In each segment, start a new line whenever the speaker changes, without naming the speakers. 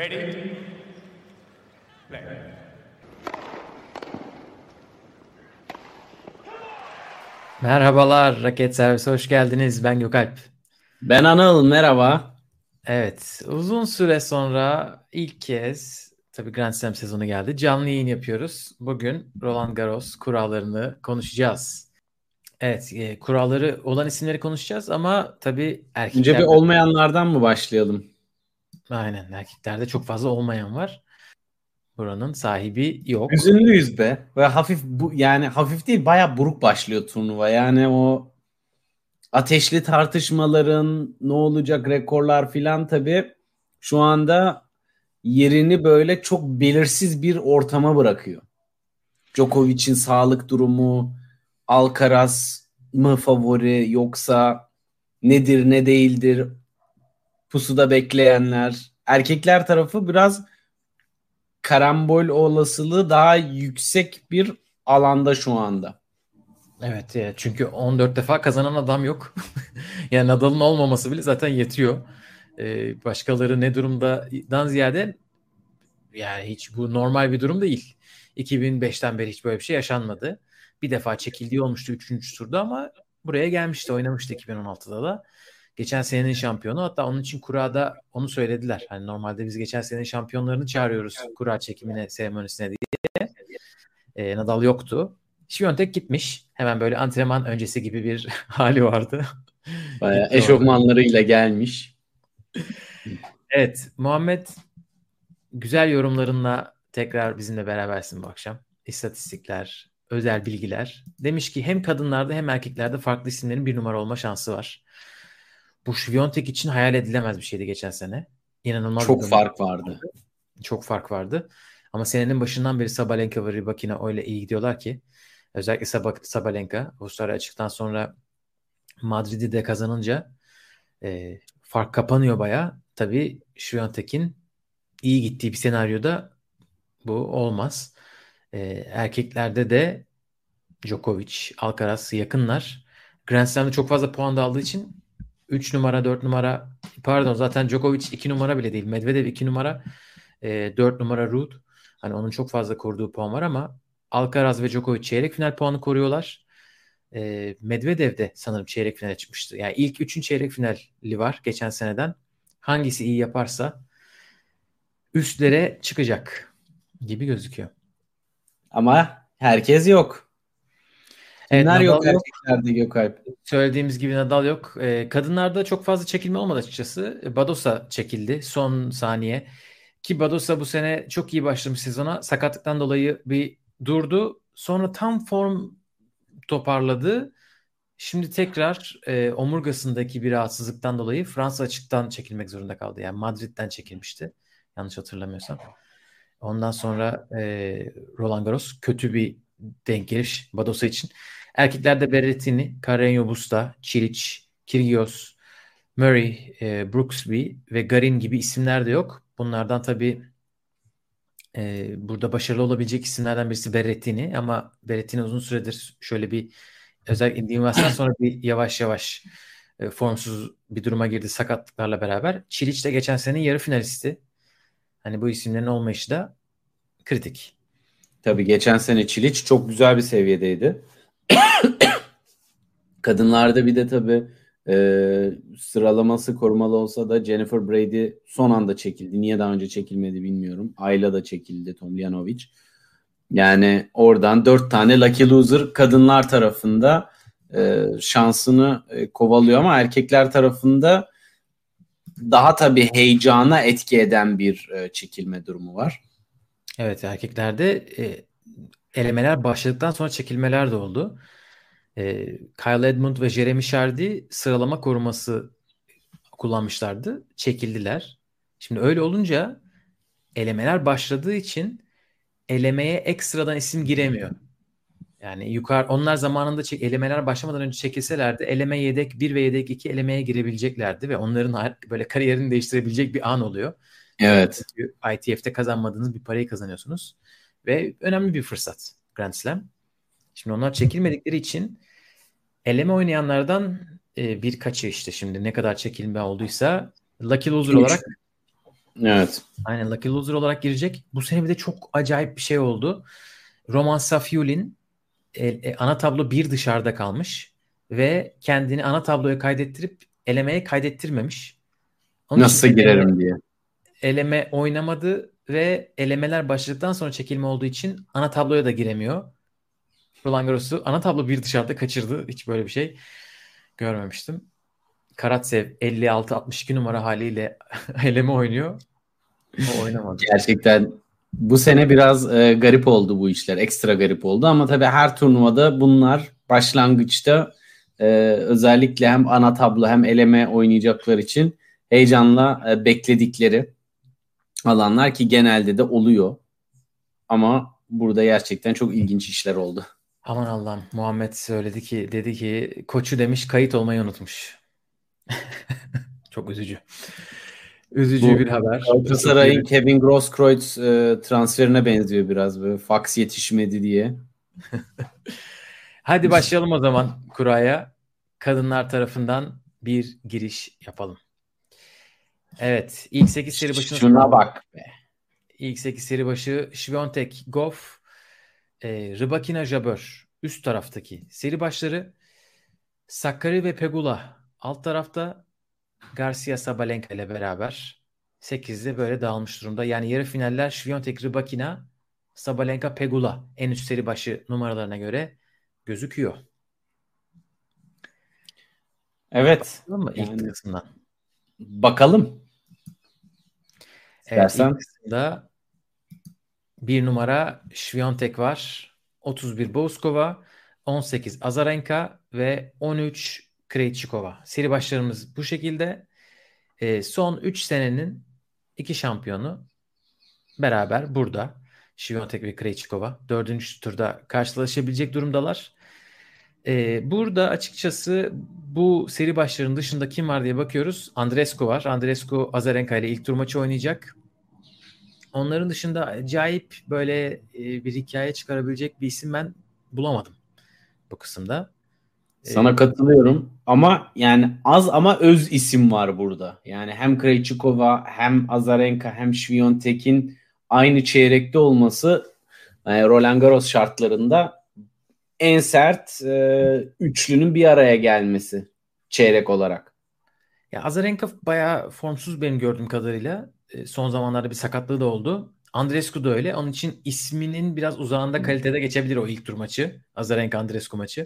Ready? Play.
Merhabalar, Raket Servise hoş geldiniz. Ben Gökalp.
Ben Anıl, merhaba.
Evet, uzun süre sonra ilk kez tabii Grand Slam sezonu geldi. Canlı yayın yapıyoruz. Bugün Roland Garros kurallarını konuşacağız. Evet, kuralları olan isimleri konuşacağız ama tabii
Önce bir
erkeklerde
olmayanlardan mı başlayalım?
aynen erkeklerde çok fazla olmayan var. Buranın sahibi yok.
Hüzünlüyüz be. Ve hafif yani hafif değil bayağı buruk başlıyor turnuva. Yani o ateşli tartışmaların ne olacak rekorlar filan tabii şu anda yerini böyle çok belirsiz bir ortama bırakıyor. Djokovic'in sağlık durumu, Alcaraz mı favori yoksa nedir ne değildir pusuda bekleyenler. Erkekler tarafı biraz karambol olasılığı daha yüksek bir alanda şu anda.
Evet, çünkü 14 defa kazanan adam yok. Yani Nadal'ın olmaması bile zaten yetiyor. Başkaları ne durumdadan ziyade yani hiç bu normal bir durum değil. 2005'ten beri hiç böyle bir şey yaşanmadı. Bir defa çekildiği olmuştu 3. turda ama buraya gelmişti, oynamıştı 2016'da da. Geçen senenin şampiyonu. Hatta onun için kurada onu söylediler. Hani normalde biz geçen senenin şampiyonlarını çağırıyoruz kura çekimine, seremonisine diye. Nadal yoktu. Świątek gitmiş. Hemen böyle antrenman öncesi gibi bir hali vardı.
Bayağı
Gitti orada.
eşofmanlarıyla gelmiş.
Evet, Muhammed güzel yorumlarınla tekrar bizimle berabersin bu akşam. İstatistikler, özel bilgiler. Demiş ki hem kadınlarda hem erkeklerde farklı isimlerin bir numara olma şansı var. Bu Świątek için hayal edilemez bir şeydi geçen sene. İnanılmaz bir
Çok
dominant.
fark vardı.
Çok fark vardı. Ama senenin başından beri Sabalenka ve Rybakina öyle iyi gidiyorlar ki. Özellikle Sabalenka Avustralya açıktan sonra Madrid'i de kazanınca fark kapanıyor bayağı. Tabii Świątek'in iyi gittiği bir senaryoda bu olmaz. Erkeklerde de Djokovic, Alcaraz yakınlar. Grand Slam'de çok fazla puan da aldığı için 3 numara, 4 numara pardon zaten Djokovic 2 numara bile değil. Medvedev 2 numara, 4 numara Ruud. Hani onun çok fazla koruduğu puan var ama Alcaraz ve Djokovic çeyrek final puanı koruyorlar. Medvedev de sanırım çeyrek finale çıkmıştı. Yani ilk üçün çeyrek finali var geçen seneden. Hangisi iyi yaparsa üstlere çıkacak gibi gözüküyor.
Ama herkes yok.
Evet,
Kimler yok
Nadal yok.
erkeklerde Gökalp?
Söylediğimiz gibi Nadal yok. Kadınlarda çok fazla çekilme olmadı açıkçası. Badosa çekildi son saniye. Ki Badosa bu sene çok iyi başlamış sezona. Sakatlıktan dolayı bir durdu. Sonra tam form toparladı. Şimdi tekrar omurgasındaki bir rahatsızlıktan dolayı Fransa açıktan çekilmek zorunda kaldı. Yani Madrid'den çekilmişti. Yanlış hatırlamıyorsam. Ondan sonra Roland Garros kötü bir denk geliş Badosa için. Erkeklerde Berrettini, Carreño Busta, Cilic, Kyrgios, Murray, Brooksby ve Garin gibi isimler de yok. Bunlardan tabii burada başarılı olabilecek isimlerden birisi Berrettini ama Berrettini uzun süredir şöyle bir özellikle Divas'tan sonra bir yavaş yavaş formsuz bir duruma girdi sakatlıklarla beraber. Cilic de geçen senenin yarı finalisti. Hani bu isimlerin olmayışı da kritik.
Tabii geçen sene Çiliç çok güzel bir seviyedeydi. Kadınlarda bir de tabii sıralaması korumalı olsa da Jennifer Brady son anda çekildi. Niye daha önce çekilmedi bilmiyorum. Ayla da çekildi, Tomljanovic. Yani oradan 4 tane lucky loser kadınlar tarafında şansını kovalıyor ama erkekler tarafında daha tabii heyecana etki eden bir çekilme durumu var.
Evet, erkeklerde elemeler başladıktan sonra çekilmeler de oldu. Kyle Edmund ve Jeremy Chardy sıralama koruması kullanmışlardı. Çekildiler. Şimdi öyle olunca elemeler başladığı için elemeye ekstradan isim giremiyor. Yani onlar zamanında elemeler başlamadan önce çekilselerdi eleme yedek 1 ve yedek 2 elemeye girebileceklerdi ve onların böyle kariyerini değiştirebilecek bir an oluyor.
Evet.
Çünkü ITF'te kazanmadığınız bir parayı kazanıyorsunuz ve önemli bir fırsat Grand Slam. Şimdi onlar çekilmedikleri için eleme oynayanlardan birkaçı işte şimdi ne kadar çekilme olduysa Lucky Loser olarak
Evet.
Aynen, Lucky Loser olarak girecek. Bu sene bir de çok acayip bir şey oldu. Roman Safiullin ana tablo bir dışarıda kalmış ve kendini ana tabloya kaydettirip elemeye kaydettirmemiş. Onun için
Nasıl girerim diye.
eleme oynamadı ve elemeler başladıktan sonra çekilme olduğu için ana tabloya da giremiyor. Roland Garros'u ana tablo bir dışarıda kaçırdı. Hiç böyle bir şey görmemiştim. Karatsev 56-62 numara haliyle eleme oynuyor. O oynamadı.
Gerçekten bu sene biraz garip oldu bu işler. Ekstra garip oldu ama tabii her turnuvada bunlar başlangıçta özellikle hem ana tablo hem eleme oynayacaklar için heyecanla bekledikleri alanlar ki genelde de oluyor. Ama burada gerçekten çok ilginç işler oldu.
Aman Allah'ım, Muhammed dedi ki koçu demiş kayıt olmayı unutmuş. Çok üzücü. Üzücü bir
Bu
haber.
Galatasaray'ın Kevin Grosskreutz transferine benziyor biraz, böyle fax yetişmedi diye.
Hadi başlayalım o zaman kuraya. Kadınlar tarafından bir giriş yapalım. Evet, ilk 8 seri başına
Şuna bak be.
İlk 8 seri başı Świątek Goff, Rybakina Jabeur üst taraftaki seri başları, Sakkari ve Pegula alt tarafta, Garcia Sabalenka ile beraber 8'de böyle dağılmış durumda. Yani yarı finaller Świątek, Rybakina, Sabalenka, Pegula en üst seri başı numaralarına göre gözüküyor.
Evet.
Bakalım mı ilk
Yani
kısımdan?
bakalım.
Evet,
İstersen.
ilk kısımda bir numara Świątek var. 31 Bouzkova, 18 Azarenka ve 13 Krejcikova. Seri başlarımız bu şekilde. Son 3 senenin 2 şampiyonu beraber burada. Świątek ve Krejcikova. 4. turda karşılaşabilecek durumdalar. Burada açıkçası bu seri başlarının dışında kim var diye bakıyoruz. Andreescu var. Andreescu Azarenka ile ilk tur maçı oynayacak. Onların dışında acayip böyle bir hikaye çıkarabilecek bir isim ben bulamadım bu kısımda.
Sana katılıyorum ama yani az ama öz isim var burada. Yani hem Krejcikova hem Azarenka hem Świątek'in aynı çeyrekte olması Roland Garros şartlarında en sert üçlünün bir araya gelmesi çeyrek olarak.
Ya Azarenka bayağı formsuz benim gördüğüm kadarıyla. Son zamanlarda bir sakatlığı da oldu. Andreescu da öyle. Onun için isminin biraz uzağında kalitede geçebilir o ilk tur maçı. Azarenka Andreescu maçı.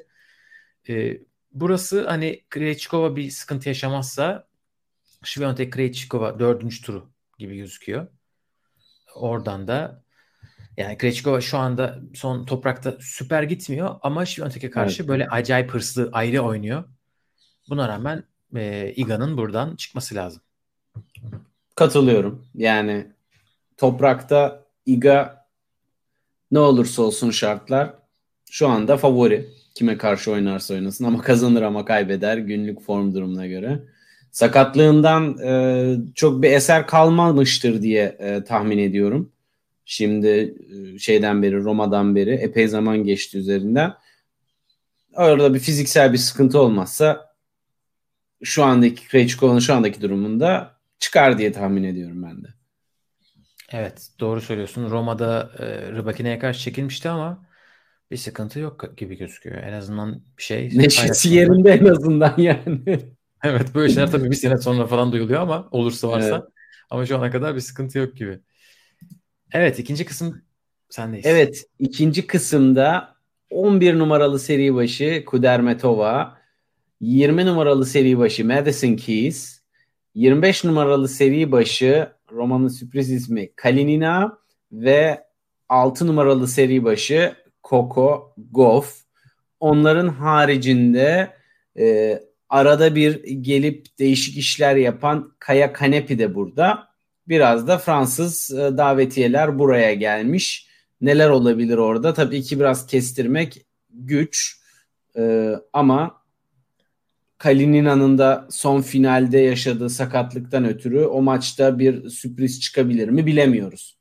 Burası hani Krejcikova bir sıkıntı yaşamazsa Świątek Krejcikova 4. turu gibi gözüküyor. Oradan da yani Krejcikova şu anda son toprakta süper gitmiyor ama Świątek'e karşı
Evet.
böyle acayip hırslı ayrı oynuyor. Buna rağmen Iga'nın buradan çıkması lazım.
Katılıyorum. Yani toprakta Iga ne olursa olsun şartlar şu anda favori. Kime karşı oynarsa oynasın ama kazanır ama kaybeder günlük form durumuna göre. Sakatlığından çok bir eser kalmamıştır diye tahmin ediyorum. Şimdi şeyden beri, Roma'dan beri epey zaman geçti üzerinden. Orada bir fiziksel bir sıkıntı olmazsa şu andaki Krejcikova'nın şu andaki durumunda çıkar diye tahmin ediyorum ben de.
Evet, doğru söylüyorsun. Roma'da Rybakina'ya karşı çekilmişti ama bir sıkıntı yok gibi gözüküyor. En azından bir şey
Neşesi
paylaşmadılar.
yerinde en azından yani.
Evet, böyle şeyler tabii bir sene sonra falan duyuluyor ama olursa varsa.
Evet.
Ama şu ana kadar bir sıkıntı yok gibi. Evet, ikinci kısım sendeyiz.
Evet, ikinci kısımda 11 numaralı seri başı Kudermetova, 20 numaralı seri başı Madison Keys, 25 numaralı seri başı Roma'nın sürpriz ismi Kalinina ve 6 numaralı seri başı Coco Gauff. Onların haricinde arada bir gelip değişik işler yapan Kaya Kanepi de burada. Biraz da Fransız davetiyeler buraya gelmiş. Neler olabilir orada? Tabii ki biraz kestirmek güç. Ama Kalinina'nın da son finalde yaşadığı sakatlıktan ötürü o maçta bir sürpriz çıkabilir mi bilemiyoruz.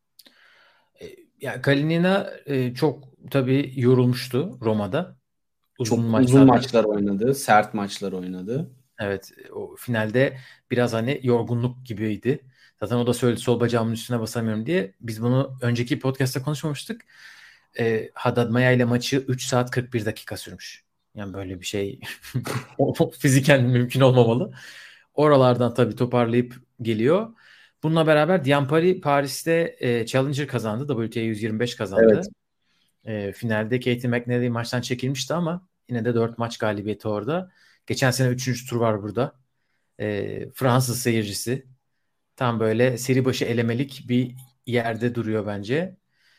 Ya Kalinina çok tabii yorulmuştu Roma'da. Uzun
Çok uzun
maçlar.
maçlar oynadı, sert maçlar oynadı.
Evet, o finalde biraz hani yorgunluk gibiydi. Zaten o da söyledi sol bacağımın üstüne basamıyorum diye. Biz bunu önceki podcast'ta konuşmamıştık. Haddad Maya ile maçı 3 saat 41 dakika sürmüş. Yani böyle bir şey fiziken mümkün olmamalı. Oralardan tabii toparlayıp geliyor. Bununla beraber Diampari Paris'te Challenger kazandı. WTA 125 kazandı. Finalde Katie McNally maçtan çekilmişti ama yine de 4 maç galibiyeti orada. Geçen sene 3. tur var burada. Fransız seyircisi. Tam böyle seri başı elemelik bir yerde duruyor bence.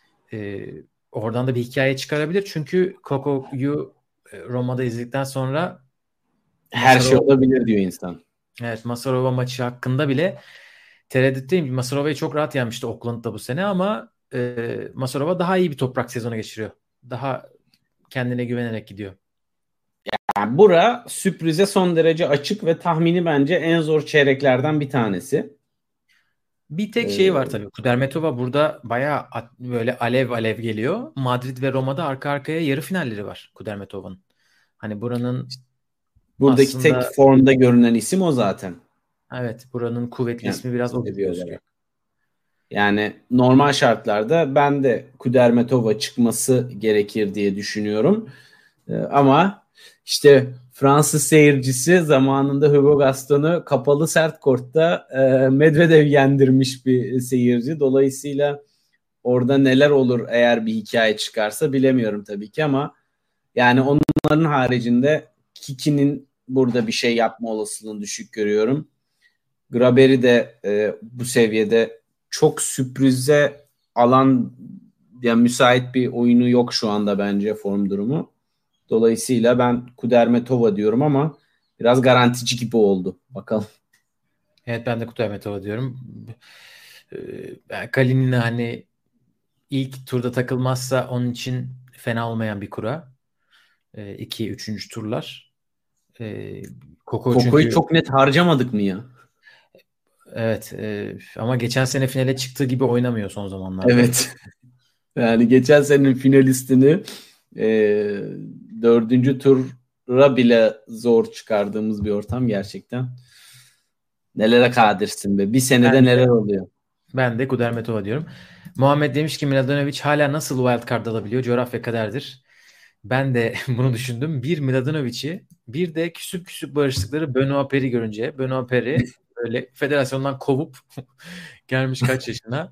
Oradan da bir hikaye çıkarabilir. Çünkü Coco'yu Roma'da izledikten sonra
her şey olabilir diyor insan.
Evet, Masarova maçı hakkında bile tereddütteyim. Masarova'yı çok rahat yenmişti Oakland'da bu sene ama Masarova daha iyi bir toprak sezonu geçiriyor. Daha kendine güvenerek gidiyor.
Yani bura sürprize son derece açık ve tahmini bence en zor çeyreklerden bir tanesi.
Bir tek şey var tabii. Kudermetova burada bayağı böyle alev alev geliyor. Madrid ve Roma'da arka arkaya yarı finalleri var Kudermetova'nın. Hani buranın
buradaki
aslında
tek formda görünen isim o zaten.
Evet, buranın kuvvetli
Yani,
ismi biraz o gözüküyor.
Yani normal şartlarda ben de Kudermetova çıkması gerekir diye düşünüyorum. Ama işte Fransız seyircisi zamanında Hugo Gaston'u kapalı sert kortta Medvedev yendirmiş bir seyirci. Dolayısıyla orada neler olur eğer bir hikaye çıkarsa bilemiyorum tabii ki ama yani onların haricinde Kiki'nin burada bir şey yapma olasılığını düşük görüyorum. Graberi de bu seviyede çok sürprize alan yani müsait bir oyunu yok şu anda bence form durumu. Dolayısıyla ben Kudermetova diyorum ama biraz garantici gibi oldu. Bakalım.
Evet, ben de Kudermetova diyorum. Kalinina hani ilk turda takılmazsa onun için fena olmayan bir kura. 2, 3. turlar.
Koko'yu
çünkü
çok net harcamadık mı ya?
Evet, ama geçen sene finale çıktığı gibi oynamıyor son zamanlarda.
Evet. Yani geçen senenin finalistini 4. tura bile zor çıkardığımız bir ortam gerçekten. Nelere kadirsin be. Bir senede neler oluyor.
Ben de Kudermetova diyorum. Muhammed demiş ki Mladenovic hala nasıl wildcard alabiliyor? Coğrafya kaderdir. Ben de bunu düşündüm. Bir Mladenovic'i bir de küsüp küsüp barıştıkları Benoît Paire görünce Benoît Paire böyle federasyondan kovup gelmiş kaç yaşına?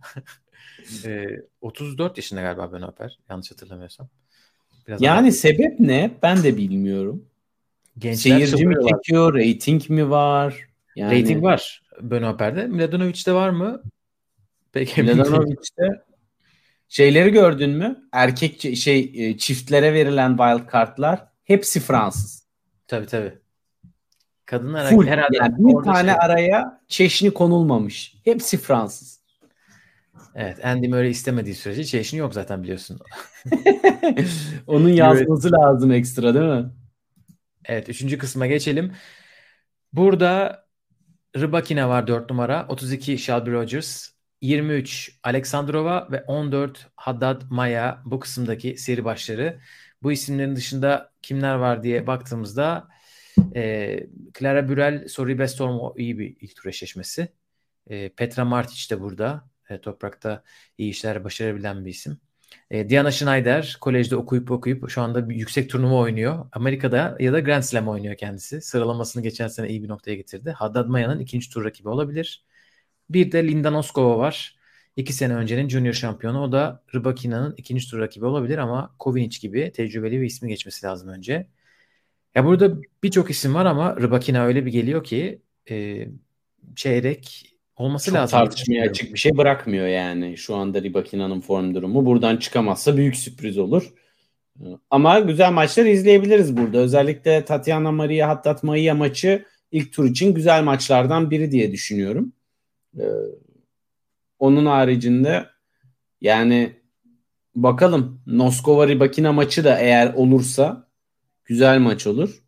34 yaşında galiba Benoît Paire. Yanlış hatırlamıyorsam. Biraz
yani sebep ne? Ben de bilmiyorum.
Gençler
seyirci mi çekiyor? Rating mi var? Yani...
Rating var Benoît Paire'de. Mladenovic'te var mı? Peki.
Mladenovic'te şeyleri gördün mü? Erkek çiftlere verilen wild kartlar hepsi Fransız.
Tabii. Kadınlar
full
herhalde
yani bir tane araya çeşni konulmamış. Hepsi Fransız.
Evet, Andy Murray istemediği sürece çeşni yok zaten biliyorsun.
Onun yazması lazım ekstra değil mi?
Evet, 3. kısma geçelim. Burada Rybakina var 4 numara. 32 Shelby Rogers. 23 Alexandrova ve 14 Haddad Maya bu kısımdaki seri başları. Bu isimlerin dışında kimler var diye baktığımızda Clara Burel, Sorribes Storm iyi bir ilk tur eşleşmesi. Petra Martic de burada. Toprakta iyi işler başarabilen bir isim. Diana Schneider kolejde okuyup şu anda bir yüksek turnuva oynuyor. Amerika'da ya da Grand Slam oynuyor kendisi. Sıralamasını geçen sene iyi bir noktaya getirdi. Haddad Maya'nın 2. tur rakibi olabilir. Bir de Linda Noskova var. 2 sene öncenin junior şampiyonu. O da Rybakina'nın 2. tur rakibi olabilir ama Kovinic gibi tecrübeli bir ismi geçmesi lazım önce. Ya burada birçok isim var ama Rybakina öyle bir geliyor ki çeyrek olması
çok
lazım.
Tartışmaya açık bir şey bırakmıyor yani şu anda Rybakina'nın form durumu. Buradan çıkamazsa büyük sürpriz olur. Ama güzel maçlar izleyebiliriz burada. Özellikle Tatiana Maria Haddad Maia maçı ilk tur için güzel maçlardan biri diye düşünüyorum. Onun haricinde yani bakalım Noskova Rybakina maçı da eğer olursa güzel maç olur.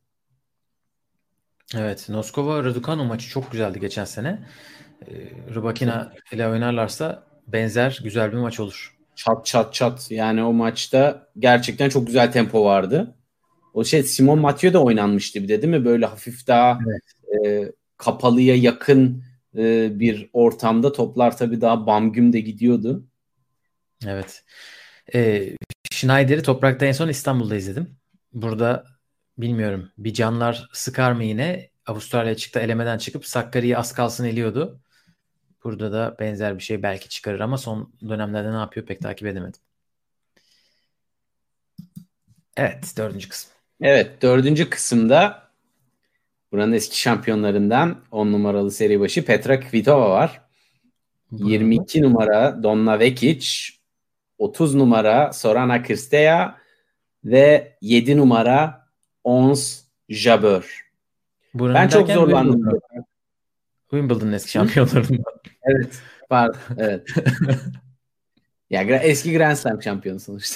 Evet, Noskova Raducanu maçı çok güzeldi geçen sene. Rybakina ile oynarlarsa benzer güzel bir maç olur.
Çat. Yani o maçta gerçekten çok güzel tempo vardı. O Simon Mathieu da oynanmıştı bir de değil mi? Böyle hafif daha kapalıya yakın bir ortamda. Toplar tabii daha bam güm de gidiyordu.
Evet. Schneider'i Toprak'ta en son İstanbul'da izledim. Burada bilmiyorum, bir canlar sıkar mı yine? Avustralya çıktı, elemeden çıkıp Sakkari'yi az kalsın eliyordu. Burada da benzer bir şey belki çıkarır ama son dönemlerde ne yapıyor pek takip edemedim. Evet, dördüncü kısım.
Evet, dördüncü kısımda buranın eski şampiyonlarından 10 numaralı seri başı Petra Kvitova var.
Buranın
22 numara Donna Vekic, 30 numara Sorana Cîrstea ve 7 numara Ons Jabeur. Ben çok
derken
zorlandım.
Wimbledon'ın eski şampiyonlarından.
Evet, pardon. Evet. Ya eski Grand Slam şampiyonu sonuçta.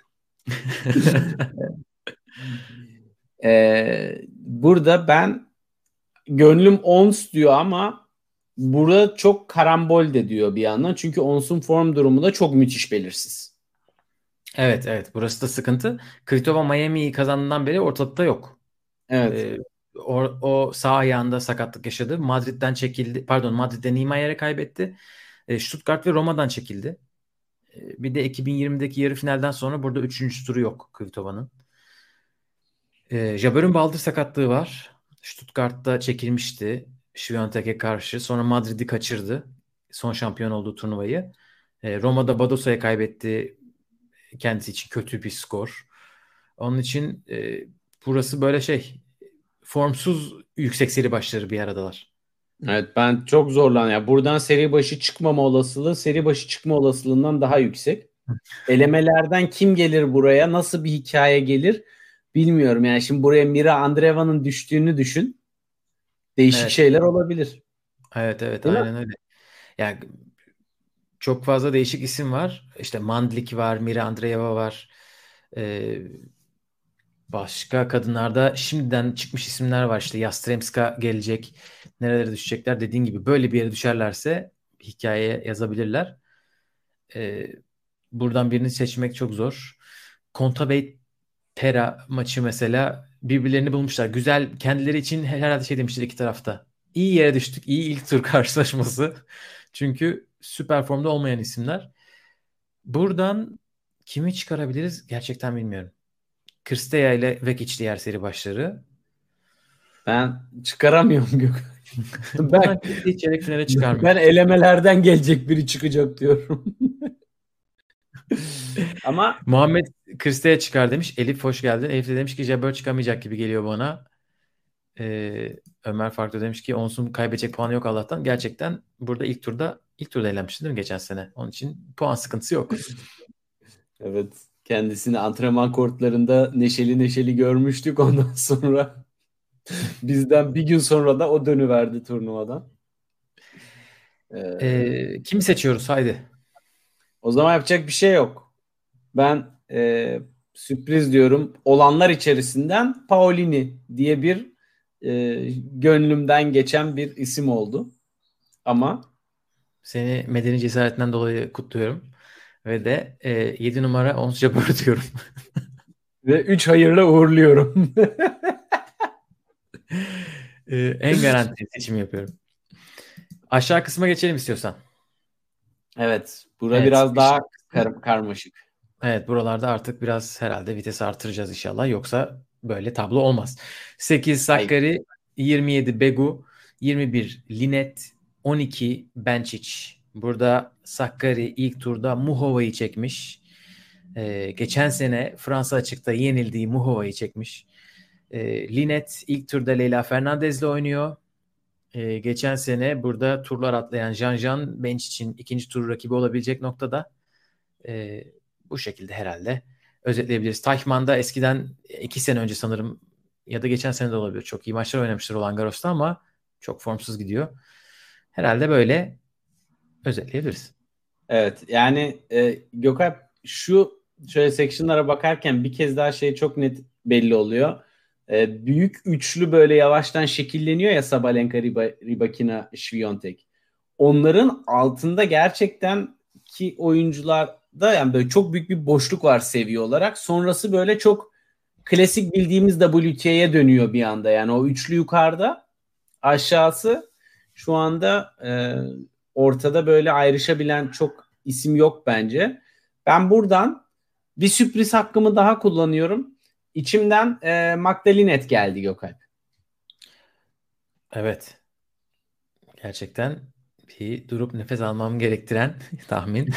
Burada ben gönlüm Ons diyor ama burada çok karambol de diyor bir yandan. Çünkü Ons'un form durumu da çok müthiş belirsiz.
Evet, burası da sıkıntı. Kvitova Miami'yi kazandığından beri ortalıkta yok.
Evet.
O sağ ayağında sakatlık yaşadı. Madrid'den çekildi. Pardon, Madrid'de Niemeier'e kaybetti. Stuttgart ve Roma'dan çekildi. Bir de 2020'deki yarı finalden sonra burada 3. turu yok Kvitova'nın. Jabeur'ün baldır sakatlığı var. Stuttgart'ta çekilmişti Świątek'e karşı. Sonra Madrid'i kaçırdı. Son şampiyon olduğu turnuvayı. Roma'da Badosa'ya kaybetti. Kendisi için kötü bir skor. Onun için burası böyle formsuz yüksek seri başları bir aradalar.
Evet, ben çok zorlanıyorum. Yani buradan seri başı çıkmama olasılığı seri başı çıkma olasılığından daha yüksek. Elemelerden kim gelir buraya? Nasıl bir hikaye gelir? Bilmiyorum. Yani şimdi buraya Mira Andreeva'nın düştüğünü düşün. Değişik şeyler olabilir.
Evet,
Değil mi?
aynen öyle. Yani çok fazla değişik isim var. İşte Mandlik var, Mira Andreeva var. Ee, Başka kadınlarda şimdiden çıkmış isimler var. İşte Yastremska gelecek. Nerelere düşecekler? Dediğin gibi böyle bir yere düşerlerse hikaye yazabilirler. Ee, Buradan birini seçmek çok zor. Kontabey Pera maçı mesela birbirlerini bulmuşlar. Güzel, kendileri için herhalde demiştir iki tarafta. İyi yere düştük. İyi ilk tur karşılaşması. Çünkü süper formda olmayan isimler. Buradan kimi çıkarabiliriz gerçekten bilmiyorum. Kırstea ile Vekic diğer seri başları.
Ben çıkaramıyorum Gökhan.
Buradan kimseyi çeyrek finale çıkarmıyor.
Ben elemelerden gelecek biri çıkacak diyorum. Ama
Muhammed Kırstea çıkar demiş. Elif hoş geldin. Elif de demiş ki Jabber çıkamayacak gibi geliyor bana. Ömer Farklı demiş ki Ons'un kaybedecek puanı yok Allah'tan. Gerçekten burada ilk turda elenmişti değil mi geçen sene? Onun için puan sıkıntısı yok.
evet, kendisini antrenman kortlarında neşeli neşeli görmüştük, ondan sonra bizden bir gün sonra da o dönüverdi turnuvadan.
Kimi seçiyoruz? Haydi.
O zaman yapacak bir şey yok. Ben sürpriz diyorum. Olanlar içerisinden Paolini diye bir gönlümden geçen bir isim oldu. Ama
Seni medeni cesaretinden dolayı kutluyorum. Ve de 7 numara Ons Jabber diyorum.
ve 3 hayırla uğurluyorum.
En garanti seçim yapıyorum. Aşağı kısma geçelim istiyorsan.
Evet. Bura
Evet,
biraz daha karmaşık.
Evet, buralarda artık biraz herhalde vites artıracağız inşallah. Yoksa böyle tablo olmaz. 8 Sakkari, 27 Begu, 21 Linet, 12 Benčić. Burada Sakkari ilk turda Muhova'yı çekmiş. Geçen sene Fransa açıkta yenildiği Muhova'yı çekmiş. Linet ilk turda Leyla Fernandez'le oynuyor. Geçen sene burada turlar atlayan Jean Benčić'in ikinci tur rakibi olabilecek noktada. Bu şekilde herhalde özetleyebiliriz. Teichmann eskiden 2 sene önce sanırım ya da geçen sene de olabilir. Çok iyi maçlar oynamıştır Roland Garros'ta ama çok formsuz gidiyor. Herhalde böyle özetleyebiliriz.
Evet, yani Gökalp, şöyle section'lara bakarken bir kez daha şey çok net belli oluyor. Büyük üçlü böyle yavaştan şekilleniyor ya, Sabalenka, Rybakina, Świątek. Onların altında gerçekten ki oyuncularda yani böyle çok büyük bir boşluk var seviye olarak. Sonrası böyle çok klasik bildiğimiz WTA'ya dönüyor bir anda. Yani o üçlü yukarıda, aşağısı Şu anda ortada böyle ayrışabilen çok isim yok bence. Ben buradan bir sürpriz hakkımı daha kullanıyorum. İçimden Magdalinet geldi Gökalp.
Evet. Gerçekten bir durup nefes almam gerektiren tahmin.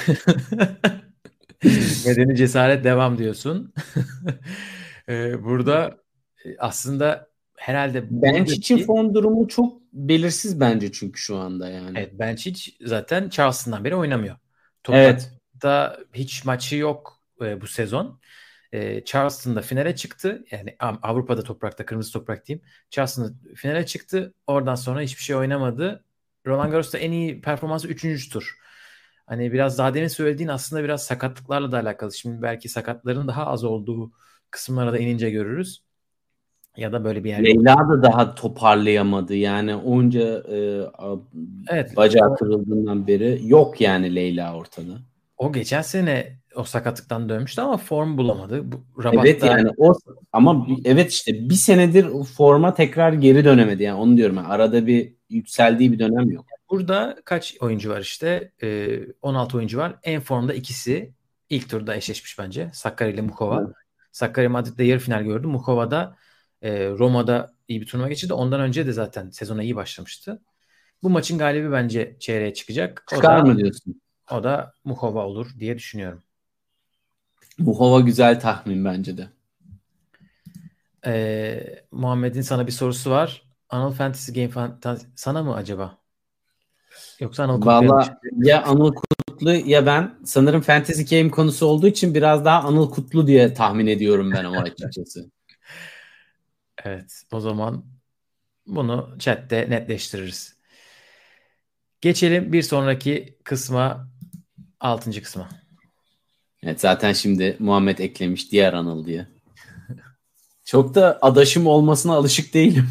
Medeni cesaret devam diyorsun. Burada aslında herhalde
Bench için
buradaki
form durumu çok belirsiz bence çünkü şu anda yani.
evet, Benčić zaten Charleston'dan beri oynamıyor.
Evet.
Toprakta hiç maçı yok bu sezon. Charleston'da finale çıktı. Yani Avrupa'da toprakta, kırmızı toprak diyeyim. Charleston'da finale çıktı. Oradan sonra hiçbir şey oynamadı. Roland Garros'ta en iyi performansı 3. tur. Hani biraz daha demin söylediğin aslında biraz sakatlıklarla da alakalı. Şimdi belki sakatların daha az olduğu kısımlara da inince görürüz. Ya da böyle bir yer yok.
Leyla da daha toparlayamadı. Yani onca
Evet.
bacağı kırıldığından beri yok yani Leyla ortada.
O geçen sene o sakatlıktan dönmüştü ama form bulamadı. Rabat'ta...
Evet yani ama evet işte bir senedir forma tekrar geri dönemedi. Yani onu diyorum. Yani arada bir yükseldiği bir dönem yok.
Burada kaç oyuncu var işte? 16 oyuncu var. En formda ikisi ilk turda eşleşmiş bence. Sakkari ile Mukova.
Evet.
Sakkari Madrid'de yarı final gördü. Mukova da Roma'da iyi bir turnuva geçirdi. Ondan önce de zaten sezona iyi başlamıştı. Bu maçın galibi bence çeyreğe çıkacak.
Çıkar mı diyorsun?
O da Mukova olur diye düşünüyorum.
Mukova güzel tahmin bence de.
Muhammed'in sana bir sorusu var. Anıl Fantasy Game sana mı acaba? Yoksa Anıl Kutlu'ya mı?
Valla ya Anıl Kutlu ya ben. Sanırım Fantasy Game konusu olduğu için biraz daha Anıl Kutlu diye tahmin ediyorum ben ama açıkçası.
Evet, o zaman bunu chatte netleştiririz. Geçelim bir sonraki kısma, 6. kısma.
Evet zaten şimdi Muhammed eklemiş diğer Anıl diye. Çok da adaşım olmasına alışık değilim.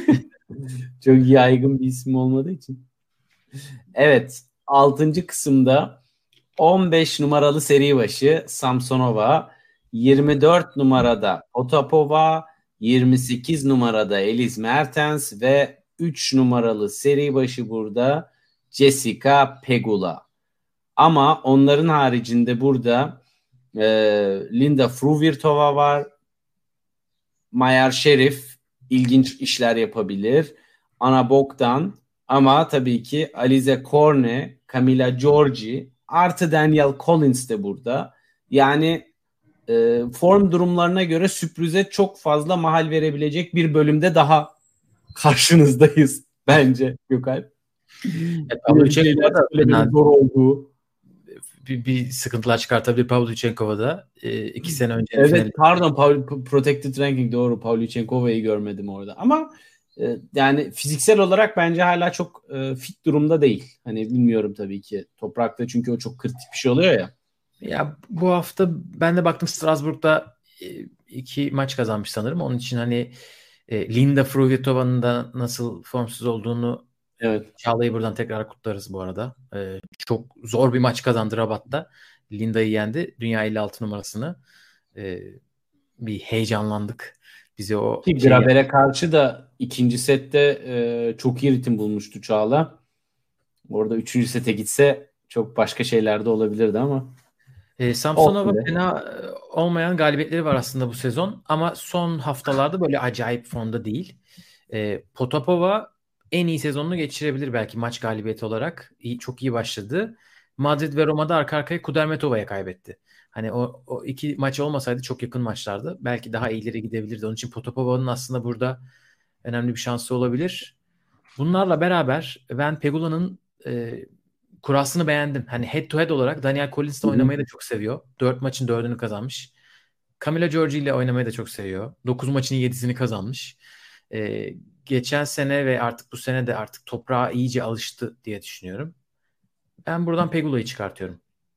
Çok yaygın bir isim olmadığı için. Evet 6. kısımda 15 numaralı seri başı Samsonova, 24 numarada Potapova, 28 numarada Elise Mertens ve 3 numaralı seri başı burada Jessica Pegula. Ama onların haricinde burada Linda Fruhvirtova var. Mayar Şerif ilginç işler yapabilir. Anna Bogdan ama tabii ki Alize Cornet, Camila Giorgi artı Danielle Collins de burada. Yani form durumlarına göre sürprize çok fazla mahal verebilecek bir bölümde daha karşınızdayız bence Gökalp.
Pavlyuchenkova da fena
Zor olduğu.
bir sıkıntılar çıkartabilir Pavlyuchenkova da. 2 sene önce
Evet pardon Protected Ranking doğru. Pavlyuchenkova'yı görmedim orada. Ama yani fiziksel olarak bence hala çok fit durumda değil. Hani bilmiyorum tabii ki. Toprakta çünkü o çok kritik bir şey oluyor ya.
Ya bu hafta ben de baktım Strasbourg'da 2 maç kazanmış sanırım. Onun için hani Linda Fruhvirtova'nın da nasıl formsuz olduğunu
Evet.
Çağla'yı buradan tekrar kutlarız bu arada. Çok zor bir maç kazandı Rabat'ta. Linda'yı yendi. Dünya 56 numarasını. Bir heyecanlandık. Bize o
Ki Graber'e karşı da ikinci sette çok iyi ritim bulmuştu Çağla. Orada 3. sete gitse çok başka şeyler de olabilirdi ama.
Samsonova fena olmayan galibiyetleri var aslında bu sezon. Ama son haftalarda böyle acayip formda değil. Potapova en iyi sezonunu geçirebilir belki maç galibiyeti olarak. Çok iyi başladı. Madrid ve Roma'da arka arkaya Kudermetova'ya kaybetti. Hani o 2 maç olmasaydı çok yakın maçlardı. Belki daha iyileri gidebilirdi. Onun için Potapova'nın aslında burada önemli bir şansı olabilir. Bunlarla beraber ben Pegula'nın kurasını beğendim. Hani head to head olarak Daniel Collins'le oynamayı da çok seviyor. 4 maçın 4'ünü kazanmış. Camila Giorgi ile oynamayı da çok seviyor. 9 maçın 7'sini kazanmış. Geçen sene ve artık bu sene de artık toprağa iyice alıştı diye düşünüyorum. Ben buradan Pegula'yı çıkartıyorum.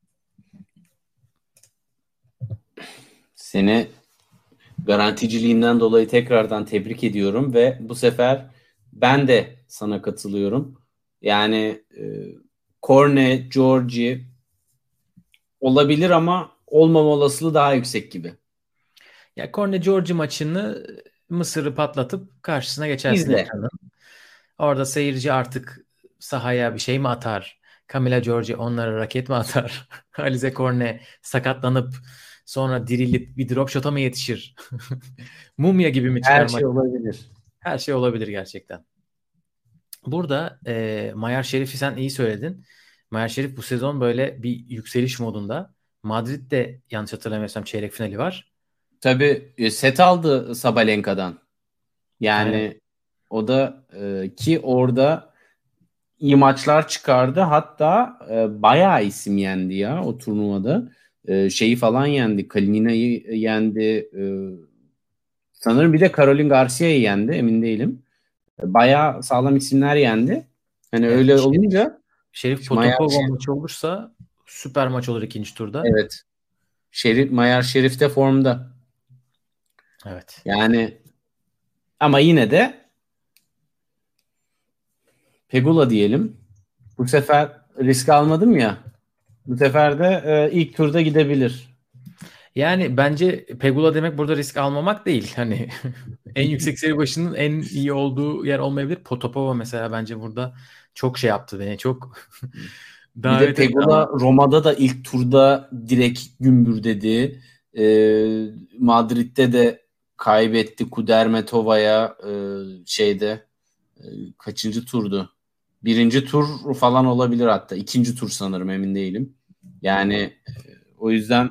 Seni garanticiliğinden dolayı tekrardan tebrik ediyorum ve bu sefer ben de sana katılıyorum. Yani Cornet, Giorgi olabilir ama olmama olasılığı daha yüksek gibi.
Ya Cornet Giorgi maçını Mısır'ı patlatıp karşısına geçersin
İzle.
ekranın. Orada seyirci artık sahaya bir şey mi atar? Camila Giorgi onlara raket mi atar? Alize Cornet sakatlanıp sonra dirilip bir drop shot'a mı yetişir? Mumya gibi mi çıkar
Her
maç?
şey olabilir.
Her şey olabilir gerçekten. Burada Mayer Şerif'i sen iyi söyledin. Mayer Şerif bu sezon böyle bir yükseliş modunda. Madrid'de yanlış hatırlamıyorsam çeyrek finali var.
Tabii set aldı Sabalenka'dan.
Aynen.
Yani o da ki orada iyi maçlar çıkardı. Hatta bayağı isim yendi ya o turnuvada. Şeyi falan yendi. Kalinina'yı yendi. Sanırım bir de Caroline Garcia'yı yendi. Emin değilim. Bayağı sağlam isimler yendi. Hani
Evet,
öyle olunca
Şerif
Mayer
Potapova maçı olursa süper maç olur ikinci turda.
evet. Mayer Şerif de formda.
Evet.
Yani ama yine de Pegula diyelim. Bu sefer risk almadım ya. Bu sefer de ilk turda gidebilir.
Yani bence Pegula demek burada risk almamak değil. Hani en yüksek seri başının en iyi olduğu yer olmayabilir. Potapova mesela bence burada çok şey yaptı beni. Çok
Bir de
davet etti
Pegula
ama
Roma'da da ilk turda direkt gümbürdedi. Madrid'de de kaybetti Kudermetova'ya şeyde kaçıncı turdu? Birinci tur falan olabilir hatta. İkinci tur sanırım emin değilim. Yani o yüzden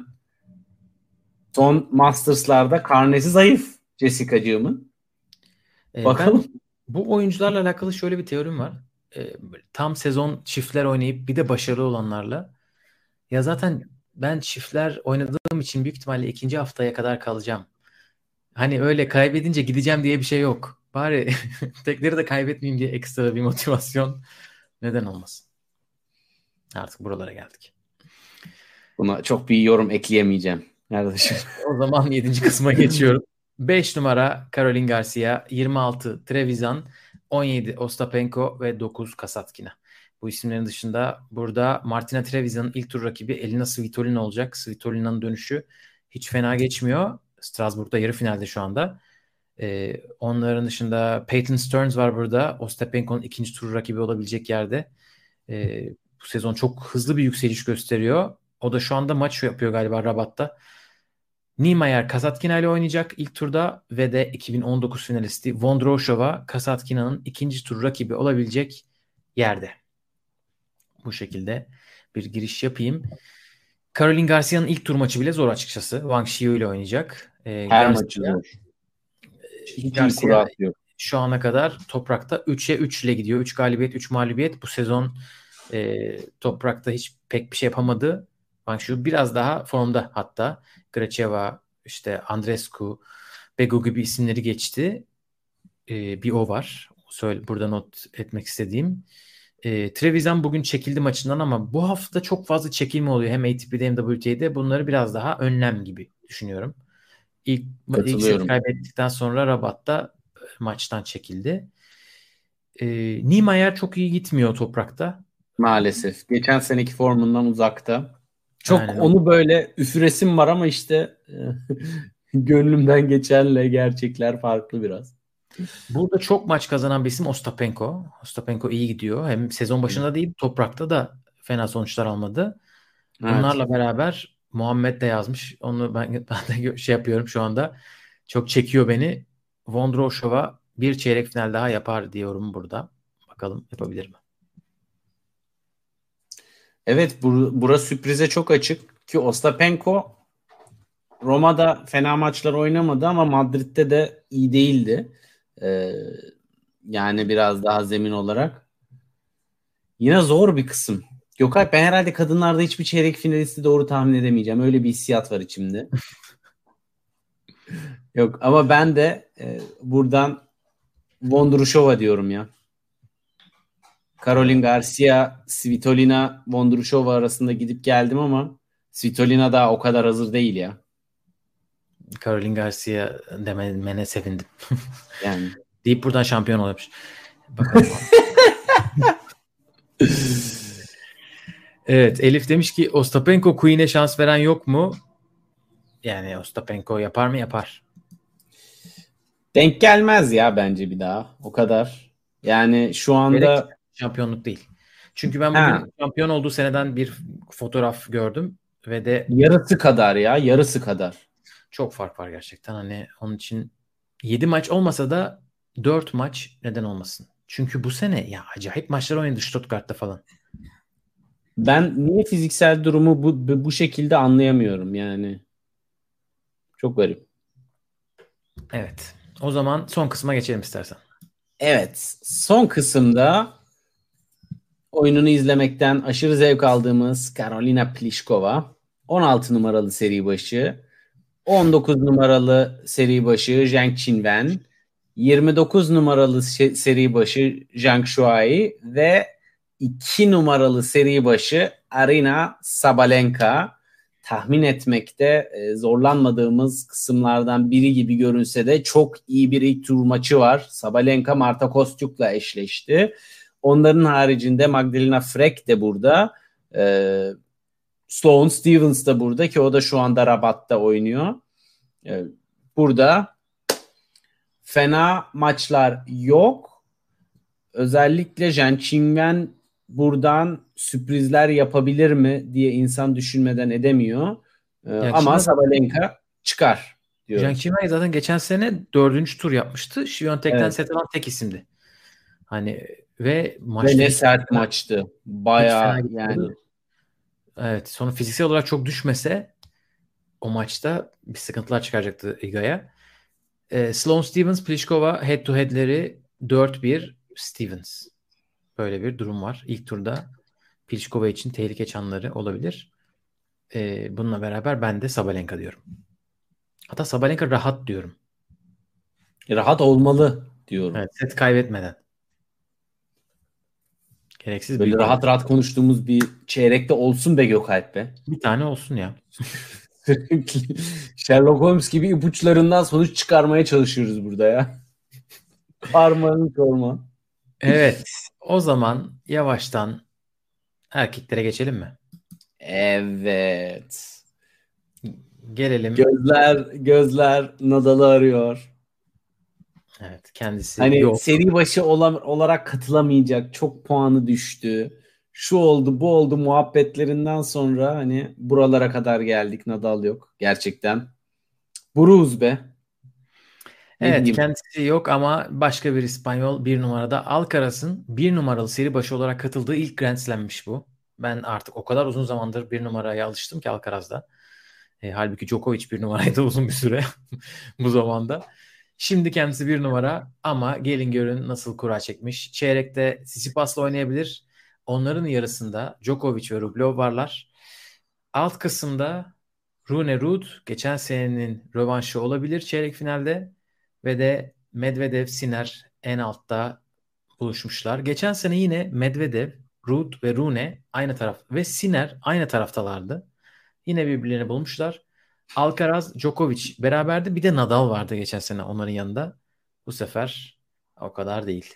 son Masters'larda karnesi zayıf Jessica'cığımın.
ben
Bakalım.
bu oyuncularla alakalı şöyle bir teorim var. Tam sezon çiftler oynayıp bir de başarılı olanlarla. Ya zaten ben çiftler oynadığım için büyük ihtimalle ikinci haftaya kadar kalacağım. Hani öyle kaybedince gideceğim diye bir şey yok. Bari tekleri de kaybetmeyeyim diye ekstra bir motivasyon neden olmasın. Artık buralara geldik.
Buna çok bir yorum ekleyemeyeceğim. Kardeşim.
O zaman 7. kısma geçiyorum. 5 numara Caroline Garcia, 26 Trevisan, 17 Ostapenko ve 9 Kasatkina. Bu isimlerin dışında burada Martina Trevisan'ın ilk tur rakibi Elina Svitolina olacak. Svitolina'nın dönüşü hiç fena geçmiyor. Strasbourg'da yarı finalde şu anda. Onların dışında Peyton Stearns var burada. Ostapenko'nun ikinci tur rakibi olabilecek yerde. Bu sezon çok hızlı bir yükseliş gösteriyor. O da şu anda maç yapıyor galiba Rabat'ta. Niemeyer Kasatkina ile oynayacak ilk turda ve de 2019 finalisti Vondrousova Kasatkina'nın ikinci tur rakibi olabilecek yerde. Bu şekilde bir giriş yapayım. Caroline Garcia'nın ilk tur maçı bile zor açıkçası. Wang Xiu ile oynayacak.
Her maçı zor. Hiç iyi
Garcia
kura atıyor.
şu ana kadar toprakta 3'e 3 ile gidiyor. 3 galibiyet, 3 mağlubiyet. Bu sezon toprakta hiç pek bir şey yapamadı. Wang Xiu biraz daha formda hatta. Gracheva, işte Andreescu, Begu gibi isimleri geçti. Bir o var. Burada not etmek istediğim. Trevisan bugün çekildi maçından ama bu hafta çok fazla çekilme oluyor. Hem ATP'de hem WTA'de. Bunları biraz daha önlem gibi düşünüyorum. İlk seti
Katılıyorum.
kaybettikten sonra Rabat'ta maçtan çekildi. Niemeyer çok iyi gitmiyor toprakta.
Maalesef. Geçen seneki formundan uzakta. Çok
Aynen.
onu böyle üfüresim var ama işte gönlümden geçenle gerçekler farklı biraz.
Burada çok maç kazanan bir isim Ostapenko. Ostapenko iyi gidiyor. Hem sezon başında değil toprakta da fena sonuçlar almadı.
Evet.
Bunlarla beraber Muhammed de yazmış. Onu ben de şey yapıyorum şu anda. Çok çekiyor beni. Vondrousova bir çeyrek final daha yapar diyorum burada. Bakalım yapabilir mi?
Evet, burası sürprize çok açık ki Ostapenko Roma'da fena maçlar oynamadı ama Madrid'de de iyi değildi. Yani biraz daha zemin olarak. Yine zor bir kısım. Gökalp, ben herhalde kadınlarda hiçbir çeyrek finalisti doğru tahmin edemeyeceğim. Öyle bir hissiyat var içimde. Yok ama ben de buradan Vondrushova diyorum ya. Caroline Garcia, Svitolina, Vondrushova arasında gidip geldim ama Svitolina daha o kadar hazır değil ya.
Caroline Garcia demene sevindim.
Yani.
Deyip buradan şampiyon olmuş. Bakalım. Evet, Elif demiş ki Ostapenko Queen'e şans veren yok mu? Yani Ostapenko yapar mı? Yapar.
Denk gelmez ya bence bir daha. O kadar. Yani şu anda
Şampiyonluk değil. Çünkü ben
Ha.
bugün şampiyon olduğu seneden bir fotoğraf gördüm ve de
Yarısı kadar ya. Yarısı kadar.
çok fark var gerçekten. Hani onun için 7 maç olmasa da 4 maç neden olmasın? Çünkü bu sene ya acayip maçlar oynadı Stuttgart'ta falan.
Ben niye fiziksel durumu bu şekilde anlayamıyorum yani. Çok garip.
Evet. O zaman son kısma geçelim istersen.
Evet. Son kısımda oyununu izlemekten aşırı zevk aldığımız Karolina Pliskova 16 numaralı seri başı, 19 numaralı seri başı Zheng Qinwen, 29 numaralı seri başı Zhang Shuai ve 2 numaralı seri başı Arina Sabalenka. Tahmin etmekte zorlanmadığımız kısımlardan biri gibi görünse de çok iyi bir ilk tur maçı var. Sabalenka Marta Kostyuk'la eşleşti. Onların haricinde Magdalena Frek de burada. Sloane Stephens da burada ki o da şu anda Rabat'ta oynuyor. Burada fena maçlar yok. Özellikle Zheng Qinwen buradan sürprizler yapabilir mi diye insan düşünmeden edemiyor. Ama Sabalenka çıkar diyorum.
Zheng Qinwen zaten geçen sene 4. tur yapmıştı. Świątek'ten
Evet.
set alan tek isimdi. Hani ve
Ve ne sert maçtı. Bayağı yani.
Evet, sonra fiziksel olarak çok düşmese o maçta bir sıkıntılar çıkaracaktı Iga'ya. Sloane Stephens, Pliskova head to head'leri 4-1 Stephens. Böyle bir durum var. İlk turda Pliskova için tehlike çanları olabilir. Bununla beraber ben de Sabalenka diyorum. Hatta Sabalenka rahat diyorum.
Rahat olmalı diyorum.
Evet, set kaybetmeden. Gereksiz
böyle
büyük
rahat rahat konuştuğumuz bir çeyrekte olsun be Gökalp be.
bir tane olsun ya.
Sherlock Holmes gibi ipuçlarından sonuç çıkarmaya çalışıyoruz burada ya. Karmanın çorman.
Evet. O zaman yavaştan erkeklere geçelim mi?
Evet.
Gelelim.
Gözler Nadal'ı arıyor.
Evet, kendisi
hani
yok.
seri başı olarak katılamayacak. Çok puanı düştü. Şu oldu, bu oldu muhabbetlerinden sonra hani buralara kadar geldik. Nadal yok gerçekten. Buruz be.
Evet,
diyeyim?
kendisi yok ama başka bir İspanyol bir numarada. Alcaraz'ın bir numaralı seri başı olarak katıldığı ilk Grand Slam'miş bu. Ben artık o kadar uzun zamandır bir numaraya alıştım ki Alcaraz'da. Halbuki Djokovic bir numaraydı uzun bir süre bu zamanda. Şimdi kendisi bir numara ama gelin görün nasıl kura çekmiş. Çeyrekte Tsitsipas'la oynayabilir. Onların yarısında Djokovic ve Rublev varlar. Alt kısımda Rune Rud geçen senenin rövanşı olabilir çeyrek finalde ve de Medvedev Sinner en altta buluşmuşlar. Geçen sene yine Medvedev, Rud ve Rune aynı taraf ve Sinner aynı taraftalardı. Yine birbirlerini bulmuşlar. Alcaraz, Djokovic beraberdi. Bir de Nadal vardı geçen sene onların yanında. Bu sefer o kadar değil.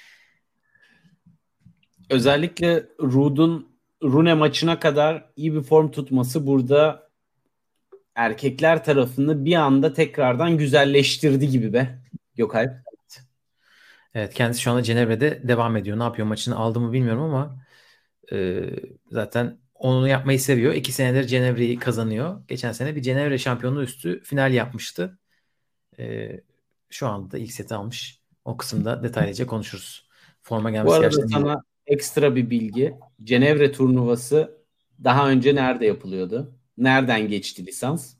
Özellikle Rune maçına kadar iyi bir form tutması burada erkekler tarafını bir anda tekrardan güzelleştirdi gibi be Gökalp.
Evet, kendisi şu anda Cenevre'de devam ediyor. Ne yapıyor, maçını aldı mı bilmiyorum ama zaten onu yapmayı seviyor. 2 senedir Cenevre'yi kazanıyor. Geçen sene bir Cenevre şampiyonluğu üstü final yapmıştı. Şu anda da ilk seti almış. O kısımda detaylıca konuşuruz. Forma
Bu
gelmesi
arada
gerçekten iyi.
sana ekstra bir bilgi. Cenevre turnuvası daha önce nerede yapılıyordu? Nereden geçti lisans?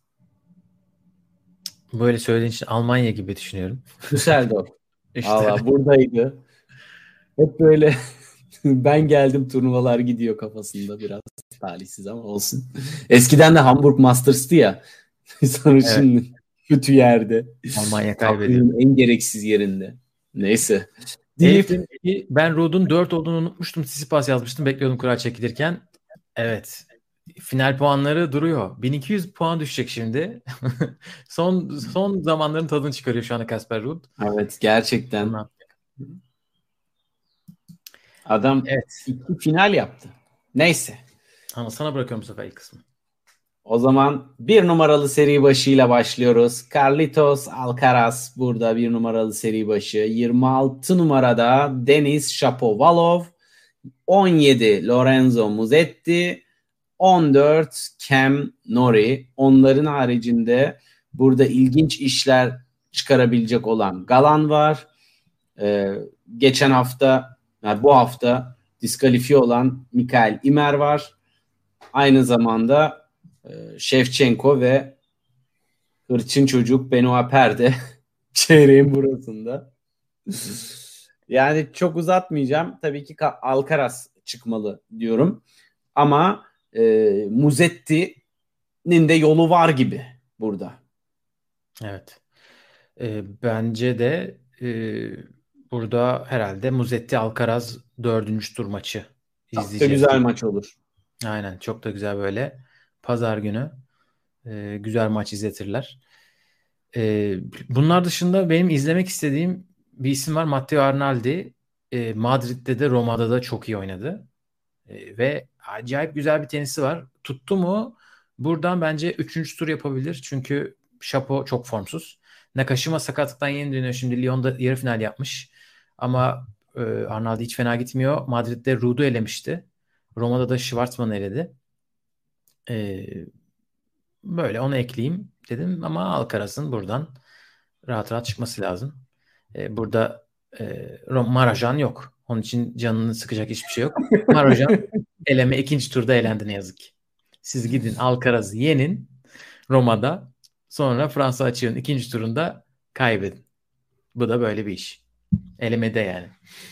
Böyle söylediğin için Almanya gibi düşünüyorum.
Düsseldorf.
İşte.
Valla buradaydı. Hep böyle ben geldim turnuvalar gidiyor kafasında, biraz talihsiz ama olsun. Eskiden de Hamburg Masters'tı ya. Sonra
Evet.
şimdi kötü yerde.
Almanya kaybediyor.
Takvimin en gereksiz yerinde. Neyse.
Elif'in ben Rud'un 4 olduğunu unutmuştum. Tsitsipas yazmıştım. Bekliyordum kura çekilirken. Evet. Final puanları duruyor. 1200 puan düşecek şimdi. son zamanların tadını çıkarıyor şu anda Casper Ruud.
Evet, gerçekten.
Ondan.
Adam
Evet.
2 final yaptı. Neyse.
Ama sana bırakıyorum bu sefer ilk kısmı.
O zaman bir numaralı seri başıyla başlıyoruz. Carlitos Alcaraz burada bir numaralı seri başı. 26 numarada Denis Shapovalov. 17 Lorenzo Musetti, 14 Cam Nori. Onların haricinde burada ilginç işler çıkarabilecek olan Galan var. Geçen hafta, yani bu hafta diskalifiye olan Mikael Imer var. Aynı zamanda Shevchenko ve hırçın çocuk Benoit Perde çeyreğin burasında. Yani çok uzatmayacağım. Tabii ki Alcaraz çıkmalı diyorum. Ama Musetti'nin de yolu var gibi burada.
Evet. Bence de burada herhalde Musetti Alcaraz 4. tur maçı
Çok da
izleyeceğiz
güzel
gibi.
maç olur.
Aynen, çok da güzel böyle pazar günü güzel maç izletirler. Bunlar dışında benim izlemek istediğim bir isim var, Matteo Arnaldi. Madrid'de de Roma'da da çok iyi oynadı. Ve acayip güzel bir tenisi var. Tuttu mu buradan bence 3. tur yapabilir. Çünkü Şapo çok formsuz. Nakashima sakatlıktan yeni dönüyor. Şimdi Lyon'da yarı final yapmış. Ama Arnaldi hiç fena gitmiyor. Madrid'de Ruud'u elemişti. Roma'da da Schwartzman'ı eledi. E, Böyle onu ekleyeyim dedim ama Alcaraz'ın buradan rahat rahat çıkması lazım. Burada Marajan yok. Onun için canını sıkacak hiçbir şey yok. Marajan eleme 2. turda elendi ne yazık ki. Siz gidin Alcaraz'ı yenin Roma'da. Sonra Fransa açığın 2. turunda kaybedin. Bu da böyle bir iş. Elemede yani.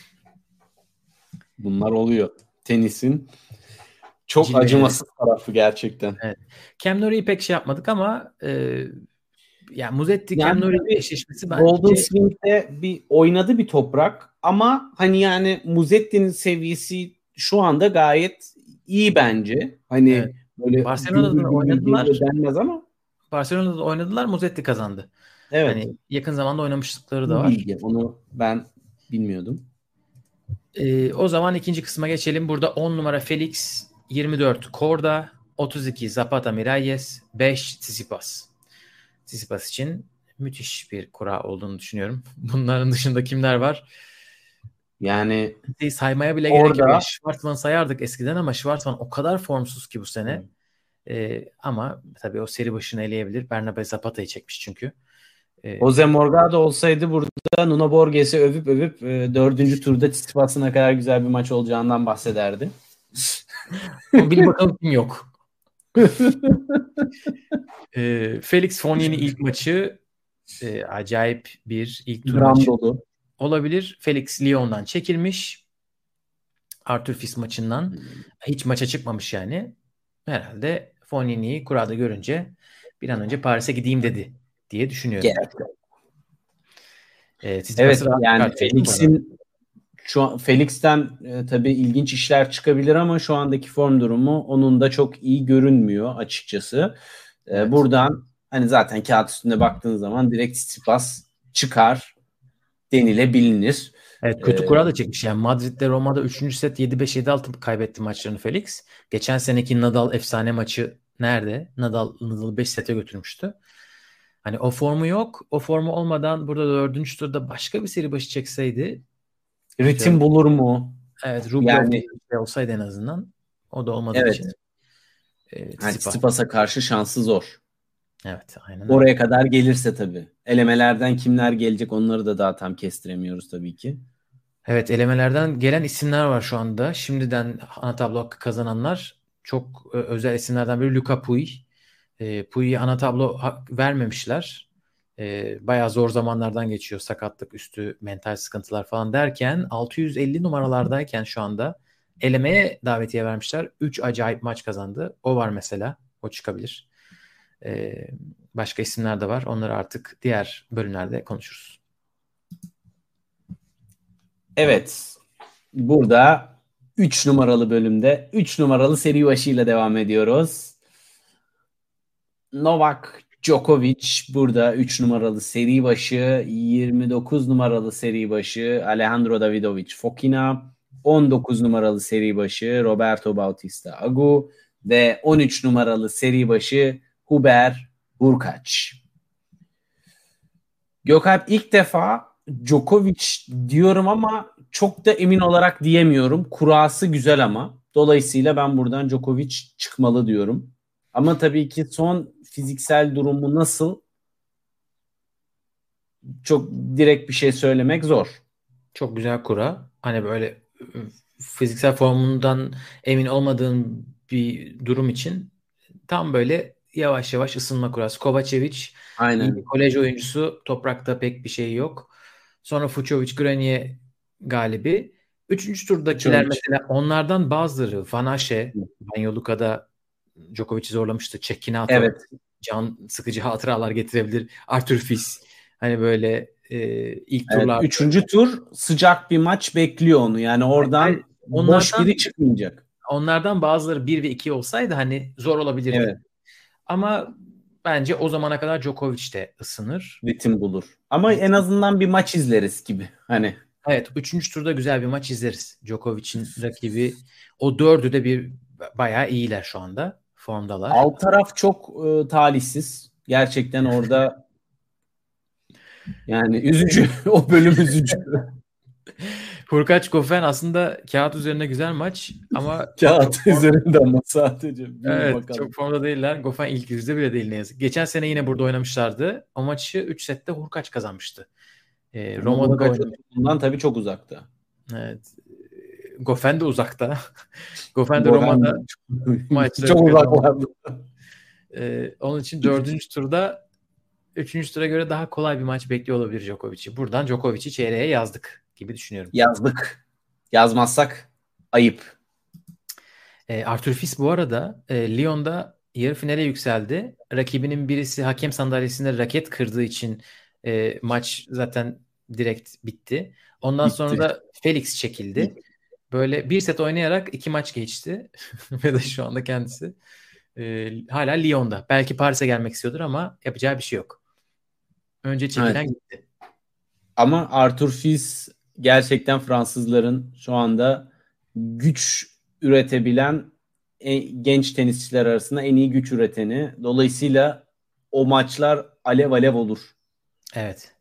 Bunlar oluyor. Tenisin çok
Cilveleri.
acımasız tarafı gerçekten.
Evet. Cam Norrie'yi pek şey yapmadık ama yani Musetti
Yani
Cam Norrie
tabii
eşleşmesi bence
Golden Swing'de bir oynadı bir toprak ama hani yani Musetti'nin seviyesi şu anda gayet iyi bence. Hani
evet.
böyle
Barcelona'da da
gümbür gümbür
oynadılar.
geliyor denmez ama
Barcelona'da da oynadılar. Musetti kazandı.
evet.
Hani yakın zamanda oynamışlıkları da
Bu
var.
bilgi. Onu ben bilmiyordum.
O zaman ikinci kısma geçelim. Burada 10 numara Felix, 24 Korda, 32 Zapata Miralles, 5 Tsitsipas. Tsitsipas için müthiş bir kura olduğunu düşünüyorum. Bunların dışında kimler var?
Yani
Saymaya bile gerek yok.
orada
Yani Schwartzman sayardık eskiden ama Schwartzman o kadar formsuz ki bu sene. Ama tabii o seri başını eleyebilir. Bernabé Zapata'yı çekmiş çünkü.
Jose Morgado olsaydı burada Nuno Borges'i övüp 4. turda Tsitsipas'ın kadar güzel bir maç olacağından bahsederdi.
Ama bilin bakalım kim yok. Felix Fognini ilk maçı acayip bir ilk tur
Dram
maçı
dolu.
olabilir. Felix Lyon'dan çekilmiş. Arthur Fils maçından. Hiç maça çıkmamış yani. Herhalde Fognini'yi kurada görünce bir an önce Paris'e gideyim dedi diye düşünüyorum.
Gerek yok.
Evet
yani Felix'ten tabii ilginç işler çıkabilir ama şu andaki form durumu onun da çok iyi görünmüyor açıkçası.
Evet.
Buradan hani zaten kağıt üstünde baktığın zaman direkt Tsitsipas çıkar denilebilir.
Evet, kötü kura da çekmiş. Yani Madrid'de Roma'da 3. set 7-5 7-6 kaybetti maçlarını Felix. Geçen seneki Nadal efsane maçı nerede? Nadal 5 sete götürmüştü. Hani o formu yok. O formu olmadan burada 4. turda başka bir seri başı çekseydi
ritim bulur mu?
evet, Rublev
Yani
olsaydı en azından. O da olmadığı
evet.
için.
Tsitsipas'a karşı şansı zor.
Evet, aynen.
Oraya kadar gelirse tabii. Elemelerden kimler gelecek onları da daha tam kestiremiyoruz tabii ki.
Evet, elemelerden gelen isimler var şu anda. Şimdiden ana tablo hakkı kazananlar çok özel isimlerden biri Luca Pouille. Pouille'ye ana tablo vermemişler. Bayağı zor zamanlardan geçiyor. Sakatlık üstü mental sıkıntılar falan derken 650 numaralardayken şu anda elemeye davetiye vermişler. 3 acayip maç kazandı. O var mesela. O çıkabilir. Başka isimler de var. Onları artık diğer bölümlerde konuşuruz.
Evet. Burada 3 numaralı bölümde 3 numaralı seri başıyla devam ediyoruz. Novak Djokovic burada 3 numaralı seri başı, 29 numaralı seri başı Alejandro Davidovich Fokina, 19 numaralı seri başı Roberto Bautista Agut ve 13 numaralı seri başı Hubert Hurkacz. Gökalp ilk defa Djokovic diyorum ama çok da emin olarak diyemiyorum. Kurası güzel ama. Dolayısıyla ben buradan Djokovic çıkmalı diyorum. Ama tabii ki son fiziksel durumu nasıl, çok direkt bir şey söylemek zor.
Çok güzel kura. Hani böyle fiziksel formundan emin olmadığın bir durum için tam böyle yavaş yavaş ısınma kurası. Kovacevic iyi bir
Aynen.
kolej oyuncusu. Toprakta pek bir şey yok. Sonra Fucsovics Grenier galibi. Üçüncü turdakiler
Fucsovic.
mesela onlardan bazıları Van Asche, Banyoluka'da Djokovic'i zorlamıştı. Cecchinato
Evet.
can sıkıcı hatıralar getirebilir. Arthur Fils hani böyle ilk
Evet.
turlarda.
Üçüncü tur sıcak bir maç bekliyor onu. Yani oradan boş
Onlardan
biri çıkmayacak.
onlardan bazıları 1 ve 2 olsaydı hani zor olabilirdi.
Evet.
Ama bence o zamana kadar Djokovic de ısınır.
Ritim bulur. Ama en azından bir maç izleriz gibi. Hani
Evet, üçüncü turda güzel bir maç izleriz. Djokovic'in rakibi o dördü de bayağı iyiler şu anda. Formdalar.
alt taraf çok talihsiz. Gerçekten orada yani üzücü. O bölüm üzücü.
Hurkacz Goffin aslında kağıt üzerinde güzel maç ama
Kağıt üzerinde ama sadece. Bir
evet,
bakalım.
çok formda değiller. Goffin ilk yüzde bile değil ne yazık. Geçen sene yine burada oynamışlardı. O maçı 3 sette Hurkacz kazanmıştı.
Ama
Roma'da da
Hurkacz
oynamış.
bundan tabii çok uzakta.
Evet. Goffin de uzakta. Goffin de
Goffin
Roma'da maçları
çok
kazandı.
uzaklarda.
Onun için dördüncü turda üçüncü tura göre daha kolay bir maç bekliyor olabilir Djokovic'i. Buradan Djokovic'i çeyreğe yazdık gibi düşünüyorum.
Yazdık. Yazmazsak ayıp.
Arthur Fils bu arada Lyon'da yarı finale yükseldi. Rakibinin birisi hakem sandalyesinde raket kırdığı için maç zaten direkt bitti. Ondan
Bitti.
sonra da Felix çekildi. Böyle bir set oynayarak 2 maç geçti. Ve de şu anda kendisi hala Lyon'da. Belki Paris'e gelmek istiyordur ama yapacağı bir şey yok. Önce çekilen
Evet.
gitti.
Ama Arthur Fils gerçekten Fransızların şu anda güç üretebilen genç tenisçiler arasında en iyi güç üreteni. Dolayısıyla o maçlar alev alev olur.
Evet.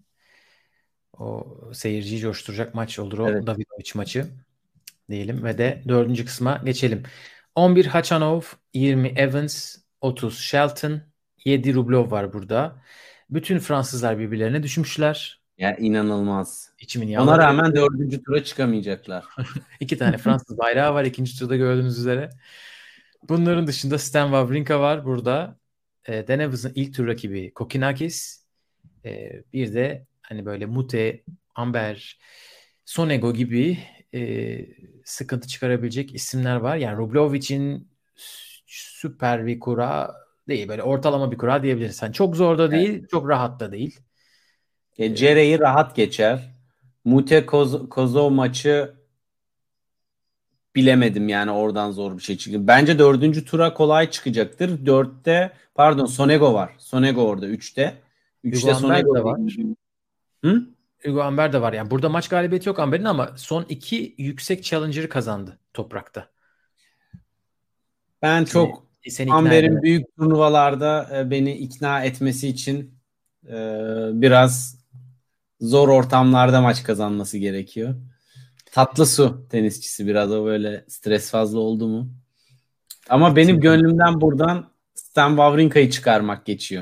O seyirciyi coşturacak maç olur o
Evet.
Davidovic maçı diyelim ve de dördüncü kısma geçelim. 11 Khachanov, 20 Evans, 30 Shelton, 7 Rublev var burada. Bütün Fransızlar birbirlerine düşmüşler.
Ya inanılmaz.
İçimin
Ona
yağları
rağmen
eriyor.
dördüncü tura çıkamayacaklar.
2 tane Fransız bayrağı var ikinci turda gördüğünüz üzere. Bunların dışında Stan Wawrinka var burada. Dan Evans'ın ilk tur rakibi Kokkinakis. Bir de hani böyle Mute, Amber, Sonego gibi sıkıntı çıkarabilecek isimler var. Yani Rublevic'in süper bir kura değil. Böyle ortalama bir kura diyebiliriz. Yani çok zor da değil, çok rahat da değil.
Cere'yi rahat geçer. Mute Kozov maçı bilemedim yani oradan zor bir şey çıktı. Bence dördüncü tura kolay çıkacaktır. Dörtte pardon Sonego var. Sonego orada üçte.
Hugo
Üçte
Amber
Sonego.
de var.
Hı?
Hugo Amber de var. Yani burada maç galibiyeti yok Amber'in ama son 2 yüksek challenger'ı kazandı toprakta.
Ben çok
Seni ikna
Amber'in
eder.
büyük turnuvalarda beni ikna etmesi için biraz zor ortamlarda maç kazanması gerekiyor. Tatlı su tenisçisi, biraz o böyle stres fazla oldu mu? Ama benim gönlümden buradan Stan Wawrinka'yı çıkarmak geçiyor.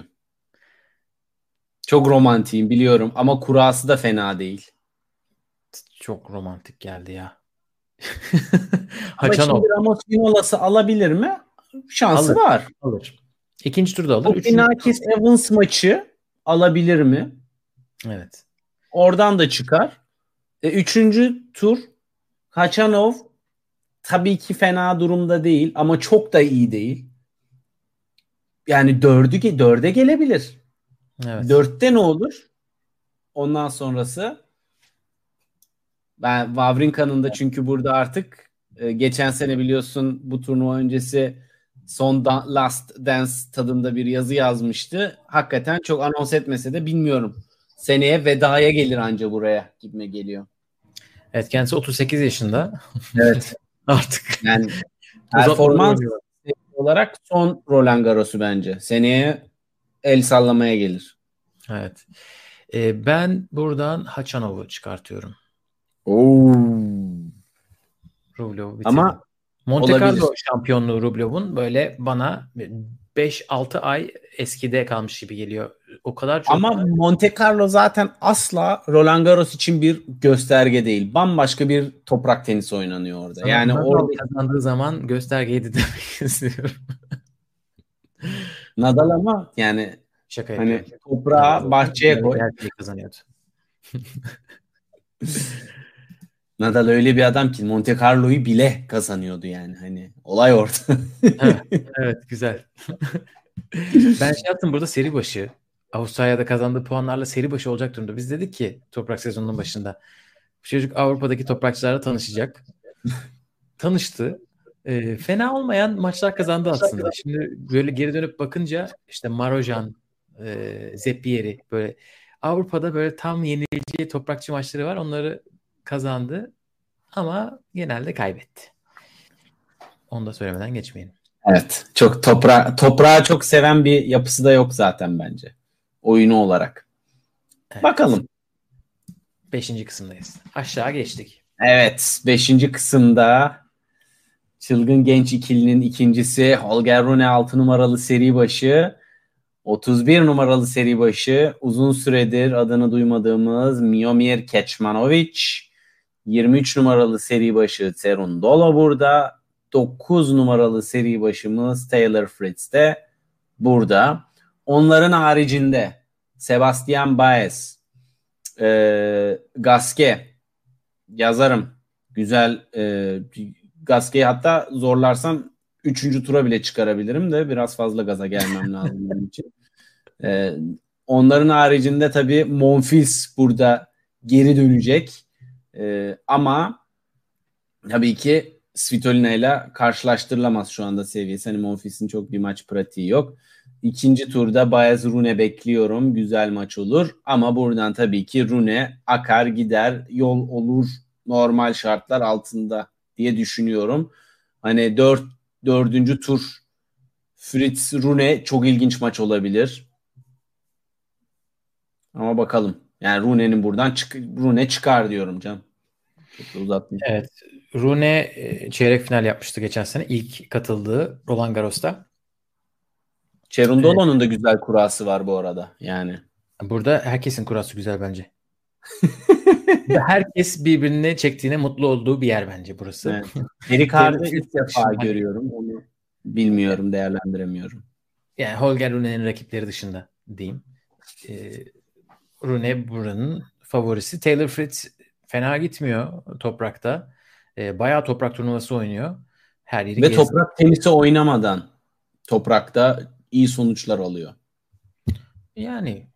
Çok romantiyim biliyorum ama kurası da fena değil.
Çok romantik geldi ya.
Ama
Haçanov
şimdi Ramos Vinola'sı alabilir mi? Şansı
alır.
var.
Alır. İkinci turda alır.
Kokkinakis Evans maçı alabilir mi?
Evet.
Oradan da çıkar. Üçüncü tur Khachanov tabii ki fena durumda değil ama çok da iyi değil. Yani dörde gelebilir.
Evet.
Dörtte ne olur? Ondan sonrası ben Wawrinka'nın da çünkü burada artık geçen sene biliyorsun bu turnuva öncesi Last Dance tadında bir yazı yazmıştı. Hakikaten çok anons etmese de bilmiyorum. Seneye vedaya gelir anca buraya gibime geliyor.
Evet, kendisi 38 yaşında.
Evet.
Artık
Yani
uzatmaları
performans
oynuyor.
olarak son Roland Garros'u bence. Seneye el sallamaya gelir.
Evet. Ben buradan Haçanov'u çıkartıyorum.
Oo.
Rublev'u bitirdim.
Ama
Monte
olabilir.
Carlo şampiyonluğu Rublev'un böyle bana 5-6 ay eskide kalmış gibi geliyor. O kadar çok.
Ama Monte Carlo zaten asla Roland Garros için bir gösterge değil. Bambaşka bir toprak tenisi oynanıyor orada.
Sana
Yani
Nadal
orada
kazandığı zaman göstergeydi demek istiyorum.
Nadal ama yani
Şaka
hani
yapıyorum. Nadal
toprağı
zaten
bahçeye koy.
her şeyi kazanıyordu.
Nadal öyle bir adam ki Monte Carlo'yu bile kazanıyordu yani. Hani olay orada.
Ha, evet, güzel. Ben şey yaptım burada, seri başı. Avustralya'da kazandığı puanlarla seri başı olacak durumda. Biz dedik ki toprak sezonunun başında bu çocuk Avrupa'daki toprakçılarla tanışacak. Tanıştı. Fena olmayan maçlar kazandı aslında. Şimdi böyle geri dönüp bakınca işte Marojan, Zeppieri, böyle Avrupa'da böyle tam yenileceği toprakçı maçları var. Onları kazandı ama genelde kaybetti. Onu da söylemeden geçmeyelim.
Evet. Çok toprağı çok seven bir yapısı da yok zaten bence. Oyunu olarak.
Evet.
Bakalım.
5. kısımdayız. Aşağı geçtik.
Evet. 5. kısımda çılgın genç ikilinin ikincisi Holger Rune 6 numaralı seri başı. 31 numaralı seri başı uzun süredir adını duymadığımız Miomir Kecmanovic. 23 numaralı seri başı Cerundolo burada. 9 numaralı seri başımız Taylor Fritz de burada. Onların haricinde Sebastian Baez, Gasquet yazarım. Güzel. Gasquet'i hatta zorlarsam 3. tura bile çıkarabilirim de biraz fazla gaza gelmem lazım benim için. Onların haricinde tabii Monfils burada geri dönecek. Ama tabii ki Svitolina ile karşılaştırılamaz şu anda seviyesi. Hani Monfils'in çok bir maç pratiği yok. 2. turda Baez Rune bekliyorum. Güzel maç olur. Ama buradan tabii ki Rune akar gider. Yol olur normal şartlar altında diye düşünüyorum. Hani 4. tur Fritz Rune çok ilginç maç olabilir. Ama bakalım. Yani Rune'nin buradan Rune çıkar diyorum canım. Çok da uzatmayayım.
Evet. Rune çeyrek final yapmıştı geçen sene. İlk katıldığı Roland Garros'ta.
Cerundolo'nun da güzel kurası var bu arada. Yani.
Burada herkesin kurası güzel bence. Herkes birbirine çektiğine mutlu olduğu bir yer bence burası.
Evet. Eric
Taylor
Hard'ı ilk
Fritz
defa
dışında,
görüyorum. Onu bilmiyorum, değerlendiremiyorum.
yani Holger Rune'nin rakipleri dışında diyeyim. Rune buranın favorisi. Taylor Fritz fena gitmiyor toprakta. Bayağı toprak turnuvası oynuyor. Her yeri
Ve
gezdi.
toprak tenisi oynamadan toprakta iyi sonuçlar alıyor.
Yani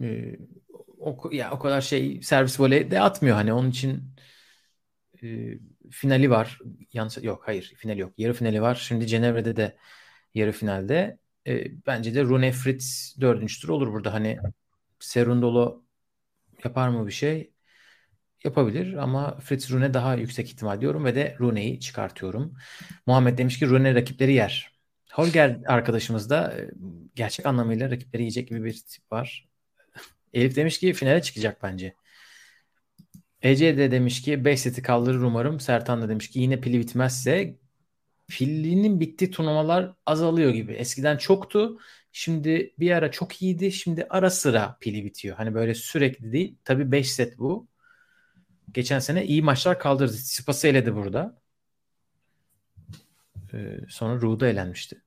o kadar şey servis voley de atmıyor, hani onun için finali var. Yok, hayır, finali yok. Yarı finali var. Şimdi Cenevre'de de yarı finalde. Bence de Rune Fritz 4. tur olur burada. Hani Serundolo yapar mı bir şey? Yapabilir ama Fritz Rune daha yüksek ihtimal diyorum ve de Rune'yi çıkartıyorum. Muhammed demiş ki Rune rakipleri yer. Holger arkadaşımız da gerçek anlamıyla rakipleri yiyecek gibi bir tip var. Elif demiş ki finale çıkacak bence. Ece de demiş ki 5 seti kaldırır umarım. Sertan da demiş ki yine pili bitmezse, pilinin bittiği turnuvalar azalıyor gibi. Eskiden çoktu. Şimdi bir ara çok iyiydi. Şimdi ara sıra pili bitiyor. Hani böyle sürekli değil. Tabii 5 set bu. Geçen sene iyi maçlar kaldırdı. Tsitsipas'ı eledi burada. Sonra Ru'da elenmişti.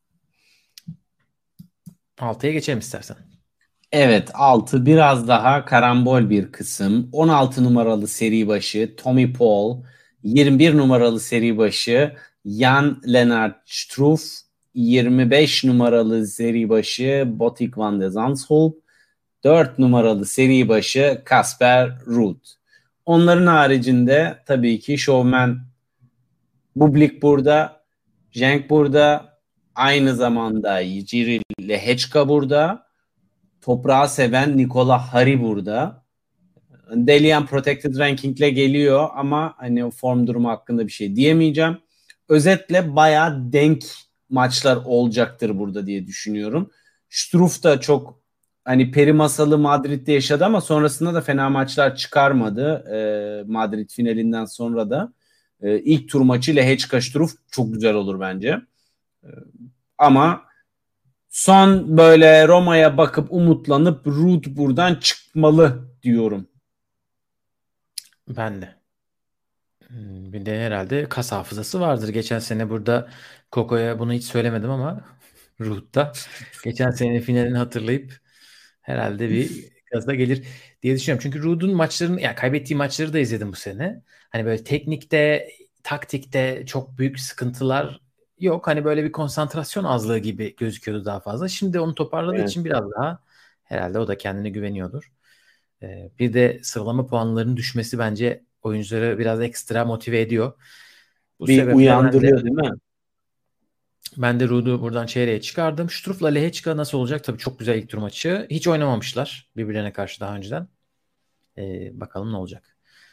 6'ya geçelim istersen.
Evet, 6 biraz daha karambol bir kısım. 16 numaralı seri başı Tommy Paul, 21 numaralı seri başı Jan-Lennard Struff, 25 numaralı seri başı Botic van de Zandschulp, 4 numaralı seri başı Casper Ruud. Onların haricinde tabii ki şovmen Bublik burada, Cenk burada, aynı zamanda Jiril Lehečka burada. Toprağı seven Nikola Hari burada. Delian Protected Ranking'le geliyor ama hani o form durumu hakkında bir şey diyemeyeceğim. Özetle bayağı denk maçlar olacaktır burada diye düşünüyorum. Struff da çok hani peri masalı Madrid'de yaşadı ama sonrasında da fena maçlar çıkarmadı. Madrid finalinden sonra da. İlk tur maçı Lehečka Struff çok güzel olur bence. Ama son böyle Roma'ya bakıp umutlanıp Ruud buradan çıkmalı diyorum.
Ben de. Bir de herhalde kas hafızası vardır. Geçen sene burada Koko'ya bunu hiç söylemedim ama Ruh'ta geçen sene finalini hatırlayıp herhalde bir gaza gelir diye düşünüyorum. Çünkü Ruh'un maçlarını, yani kaybettiği maçları da izledim bu sene. Hani böyle teknikte, taktikte çok büyük sıkıntılar yok. Hani böyle bir konsantrasyon azlığı gibi gözüküyordu daha fazla. Şimdi onu toparladığı
Evet.
için biraz daha herhalde o da kendine güveniyordur. Bir de sıralama puanlarının düşmesi bence oyuncuları biraz ekstra motive ediyor. Bu
Bir
sebeple
uyandırıyor değil mi?
ben de Ruud'u buradan çeyreğe çıkardım. Struff'la Lehečka nasıl olacak? Tabii çok güzel ilk tur maçı. Hiç oynamamışlar birbirlerine karşı daha önceden. Bakalım ne olacak.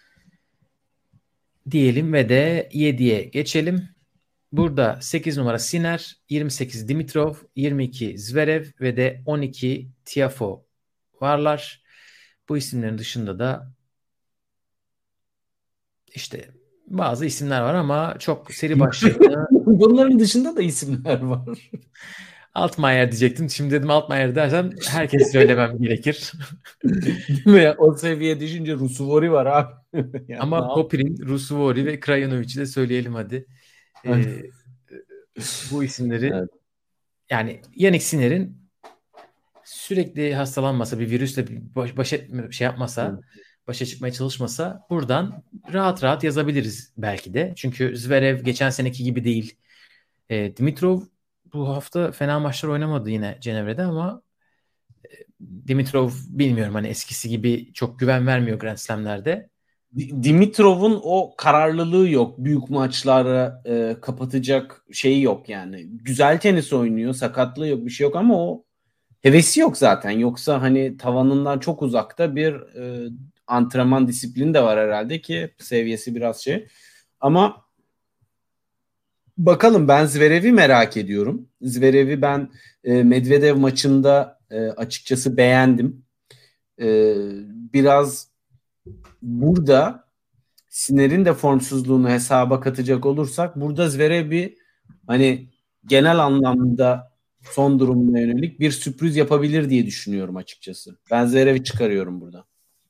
Diyelim ve de 7'ye geçelim. Burada 8 numara Sinner, 28 Dimitrov, 22 Zverev ve de 12 Tiafoe varlar. Bu isimlerin dışında da İşte bazı isimler var ama çok seri başlarını
Bunların dışında da isimler var.
Altmaier diyecektim. Şimdi dedim Altmaier dersem herkes söylemem gerekir.
Değil mi? O seviye düşünce Rusuvori var abi. Yani
Ama Popir'in, Rusuvori ve Krajanovic'i de söyleyelim hadi. Bu isimleri
Evet.
yani Yannick Sinner'in sürekli hastalanmasa, bir virüsle başa çıkmaya çalışmasa buradan rahat rahat yazabiliriz belki de. Çünkü Zverev geçen seneki gibi değil. Dimitrov bu hafta fena maçlar oynamadı yine Cenevre'de ama Dimitrov bilmiyorum, hani eskisi gibi çok güven vermiyor Grand Slam'lerde.
Dimitrov'un o kararlılığı yok. Büyük maçları kapatacak şeyi yok yani. Güzel tenis oynuyor, sakatlığı yok, bir şey yok ama o hevesi yok zaten. Yoksa hani tavanından çok uzakta bir antrenman disiplini de var herhalde ki seviyesi biraz şey. Ama bakalım, ben Zverev'i merak ediyorum. Zverev'i ben Medvedev maçında açıkçası beğendim. Biraz burada Sinner'in de formsuzluğunu hesaba katacak olursak burada Zverev'i hani genel anlamda son durumuna yönelik bir sürpriz yapabilir diye düşünüyorum açıkçası. Ben Zverev'i çıkarıyorum burada.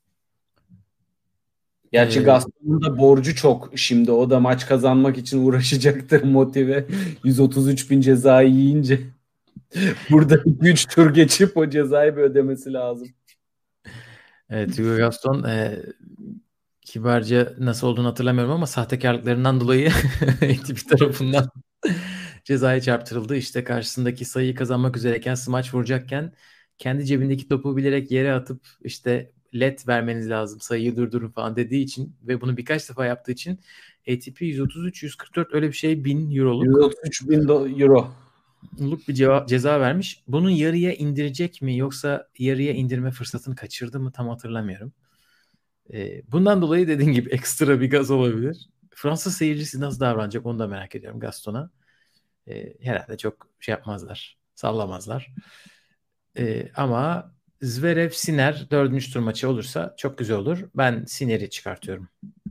Gerçi Gaston'un da borcu çok şimdi. O da maç kazanmak için uğraşacaktır, motive. 133 bin cezayı yiyince burada 3 tur geçip o cezayı bir ödemesi lazım.
Evet, Hugo Gaston kibarca nasıl olduğunu hatırlamıyorum ama sahtekarlıklarından dolayı ATP tarafından cezaya çarptırıldı. İşte karşısındaki sayıyı kazanmak üzereyken smaç vuracakken kendi cebindeki topu bilerek yere atıp işte led vermeniz lazım, sayıyı durdurun falan dediği için ve bunu birkaç defa yaptığı için ATP 133-144 öyle bir şey 1000 euroluk
133 bin euro.
bir ceza vermiş. Bunu yarıya indirecek mi yoksa yarıya indirme fırsatını kaçırdı mı tam hatırlamıyorum. Bundan dolayı dediğin gibi ekstra bir gaz olabilir. Fransız seyircisi nasıl davranacak onu da merak ediyorum Gaston'a. Herhalde çok şey yapmazlar. Sallamazlar. Ama Zverev Sinner 4. tur maçı olursa çok güzel olur. Ben Sinner'i çıkartıyorum.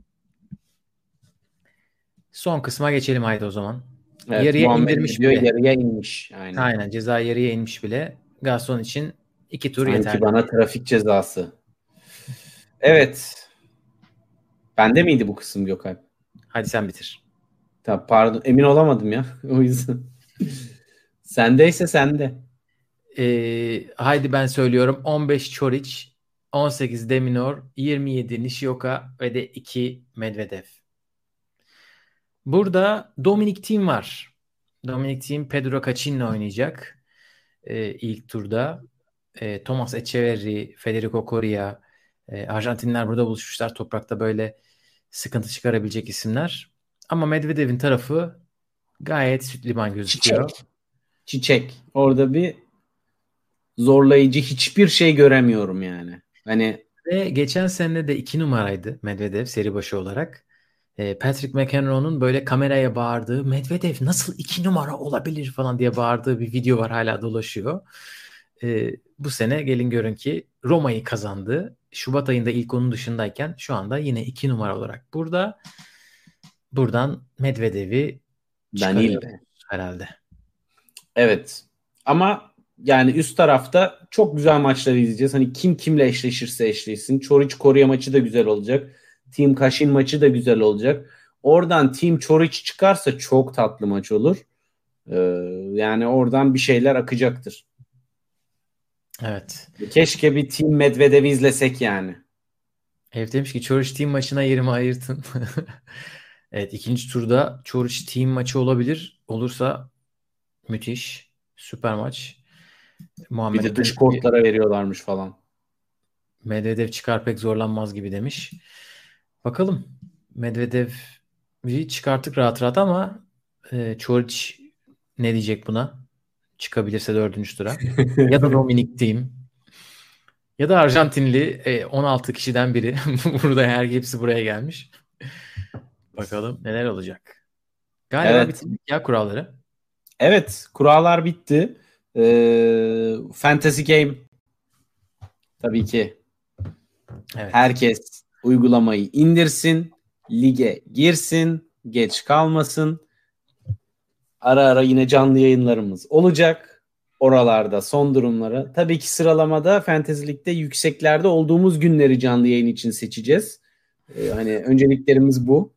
Son kısma geçelim haydi o zaman.
Evet,
Yarıya
Muhammed
indirmiş
diyor,
bile.
yarıya inmiş.
Aynen, ceza yarıya inmiş bile. Gaston için 2 tur
Sanki
yeterli.
bana trafik cezası. Evet. Bende miydi bu kısım Gökhan?
Hadi sen bitir.
Tamam, pardon, emin olamadım ya. O yüzden. Sendeyse sende.
Haydi ben söylüyorum. 15 Çoric, 18 Deminor, 27 Nishioka ve de 2 Medvedev. Burada Dominic Thiem var. Dominic Thiem Pedro Cacin'le oynayacak ilk turda. Thomas Etcheverry, Federico Coria, Arjantinler burada buluşmuşlar. Toprakta böyle sıkıntı çıkarabilecek isimler. Ama Medvedev'in tarafı gayet süt liman gözüküyor.
Çiçek. Orada bir zorlayıcı hiçbir şey göremiyorum yani. Hani
Ve geçen sene de 2 numaraydı Medvedev seri başı olarak. Patrick McEnroe'nun böyle kameraya bağırdığı, Medvedev nasıl 2 numara olabilir falan diye bağırdığı bir video var, hala dolaşıyor. Bu sene gelin görün ki Roma'yı kazandı. Şubat ayında ilk onun dışındayken şu anda yine 2 numara olarak burada. Buradan Medvedev'i
Danil
çıkarıyoruz
be.
herhalde.
Evet. Ama yani üst tarafta çok güzel maçlar izleyeceğiz. Hani kim kimle eşleşirse eşleşsin. Çoric Korya maçı da güzel olacak. Team Kaşin maçı da güzel olacak. Oradan Team Çoric çıkarsa çok tatlı maç olur. Yani oradan bir şeyler akacaktır.
Evet.
Keşke bir Team Medvedev'i izlesek yani.
Evet, demiş ki Çoric Team maçına yerimi ayırtın. Evet, ikinci turda Çoric Team maçı olabilir. Olursa müthiş. Süper maç.
Bir
Muhammed
de dış
demiş ki
kortlara veriyorlarmış falan.
Medvedev çıkar pek zorlanmaz gibi demiş. Bakalım. Medvedev'i çıkarttık rahat rahat ama Çoric ne diyecek buna? Çıkabilirse dördüncü tura. Ya da Dominik Thiem. Ya da Arjantinli 16 kişiden biri. Burada hepsi buraya gelmiş. Bakalım neler olacak. Galiba
Evet.
bitirdik ya kuralları.
Evet. Kurallar bitti. Fantasy Game tabii ki
Evet.
herkes uygulamayı indirsin, lige girsin, geç kalmasın. Ara ara yine canlı yayınlarımız olacak. Oralarda son durumları. Tabii ki sıralamada Fantasy Lig'de yükseklerde olduğumuz günleri canlı yayın için seçeceğiz. Hani önceliklerimiz bu.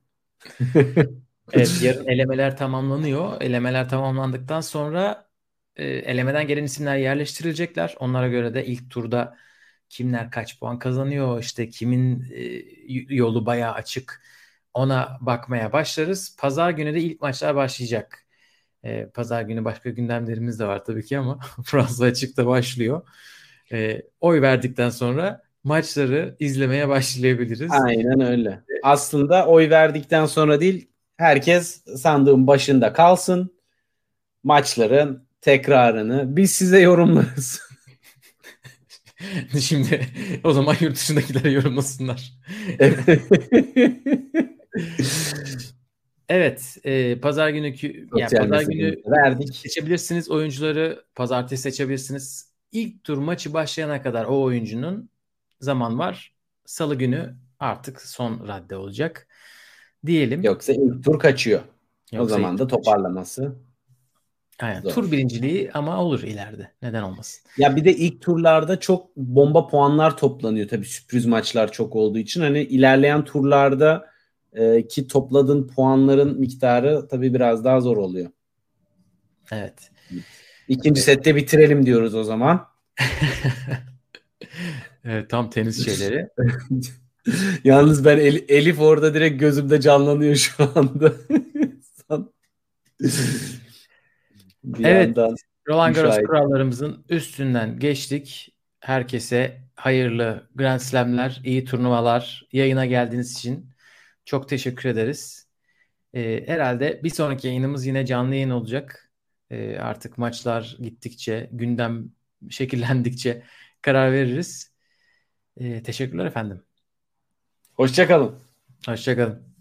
Evet, yarın elemeler tamamlanıyor. Elemeler tamamlandıktan sonra elemeden gelen isimler yerleştirilecekler. Onlara göre de ilk turda kimler kaç puan kazanıyor, işte kimin yolu bayağı açık, ona bakmaya başlarız. Pazar günü de ilk maçlar başlayacak. Pazar günü başka gündemlerimiz de var tabii ki ama Fransa açıkta başlıyor. Oy verdikten sonra maçları izlemeye başlayabiliriz.
Aynen öyle. Aslında oy verdikten sonra değil, herkes sandığın başında kalsın. Maçların tekrarını biz size yorumlarız.
Şimdi o zaman yurt dışındakilere yorumlasınlar. Evet, pazar günü yani
Sosyal
pazar günü
mesajımızı verdik.
seçebilirsiniz oyuncuları, pazartesi seçebilirsiniz. İlk tur maçı başlayana kadar o oyuncunun zaman var. Salı günü artık son radde olacak diyelim.
Yoksa ilk tur kaçıyor. O
Yoksa
zaman
ilk
da
tur kaçıyor.
toparlaması
Aynen,
zor.
tur birinciliği ama olur ileride. Neden olmasın?
Ya bir de ilk turlarda çok bomba puanlar toplanıyor tabii, sürpriz maçlar çok olduğu için. Hani ilerleyen turlarda ki topladığın puanların miktarı tabii biraz daha zor oluyor.
Evet.
İkinci sette bitirelim diyoruz o zaman.
Evet, tam tenis şeyleri.
Yalnız ben Elif orada direkt gözümde canlanıyor şu anda. Bir
Evet,
yandan
Roland Garros
müşahit.
kurallarımızın üstünden geçtik. Herkese hayırlı Grand Slam'ler, iyi turnuvalar, yayına geldiğiniz için çok teşekkür ederiz. Herhalde bir sonraki yayınımız yine canlı yayın olacak. Artık maçlar gittikçe, gündem şekillendikçe karar veririz. Teşekkürler efendim.
Hoşça kalın.
Hoşça kalın.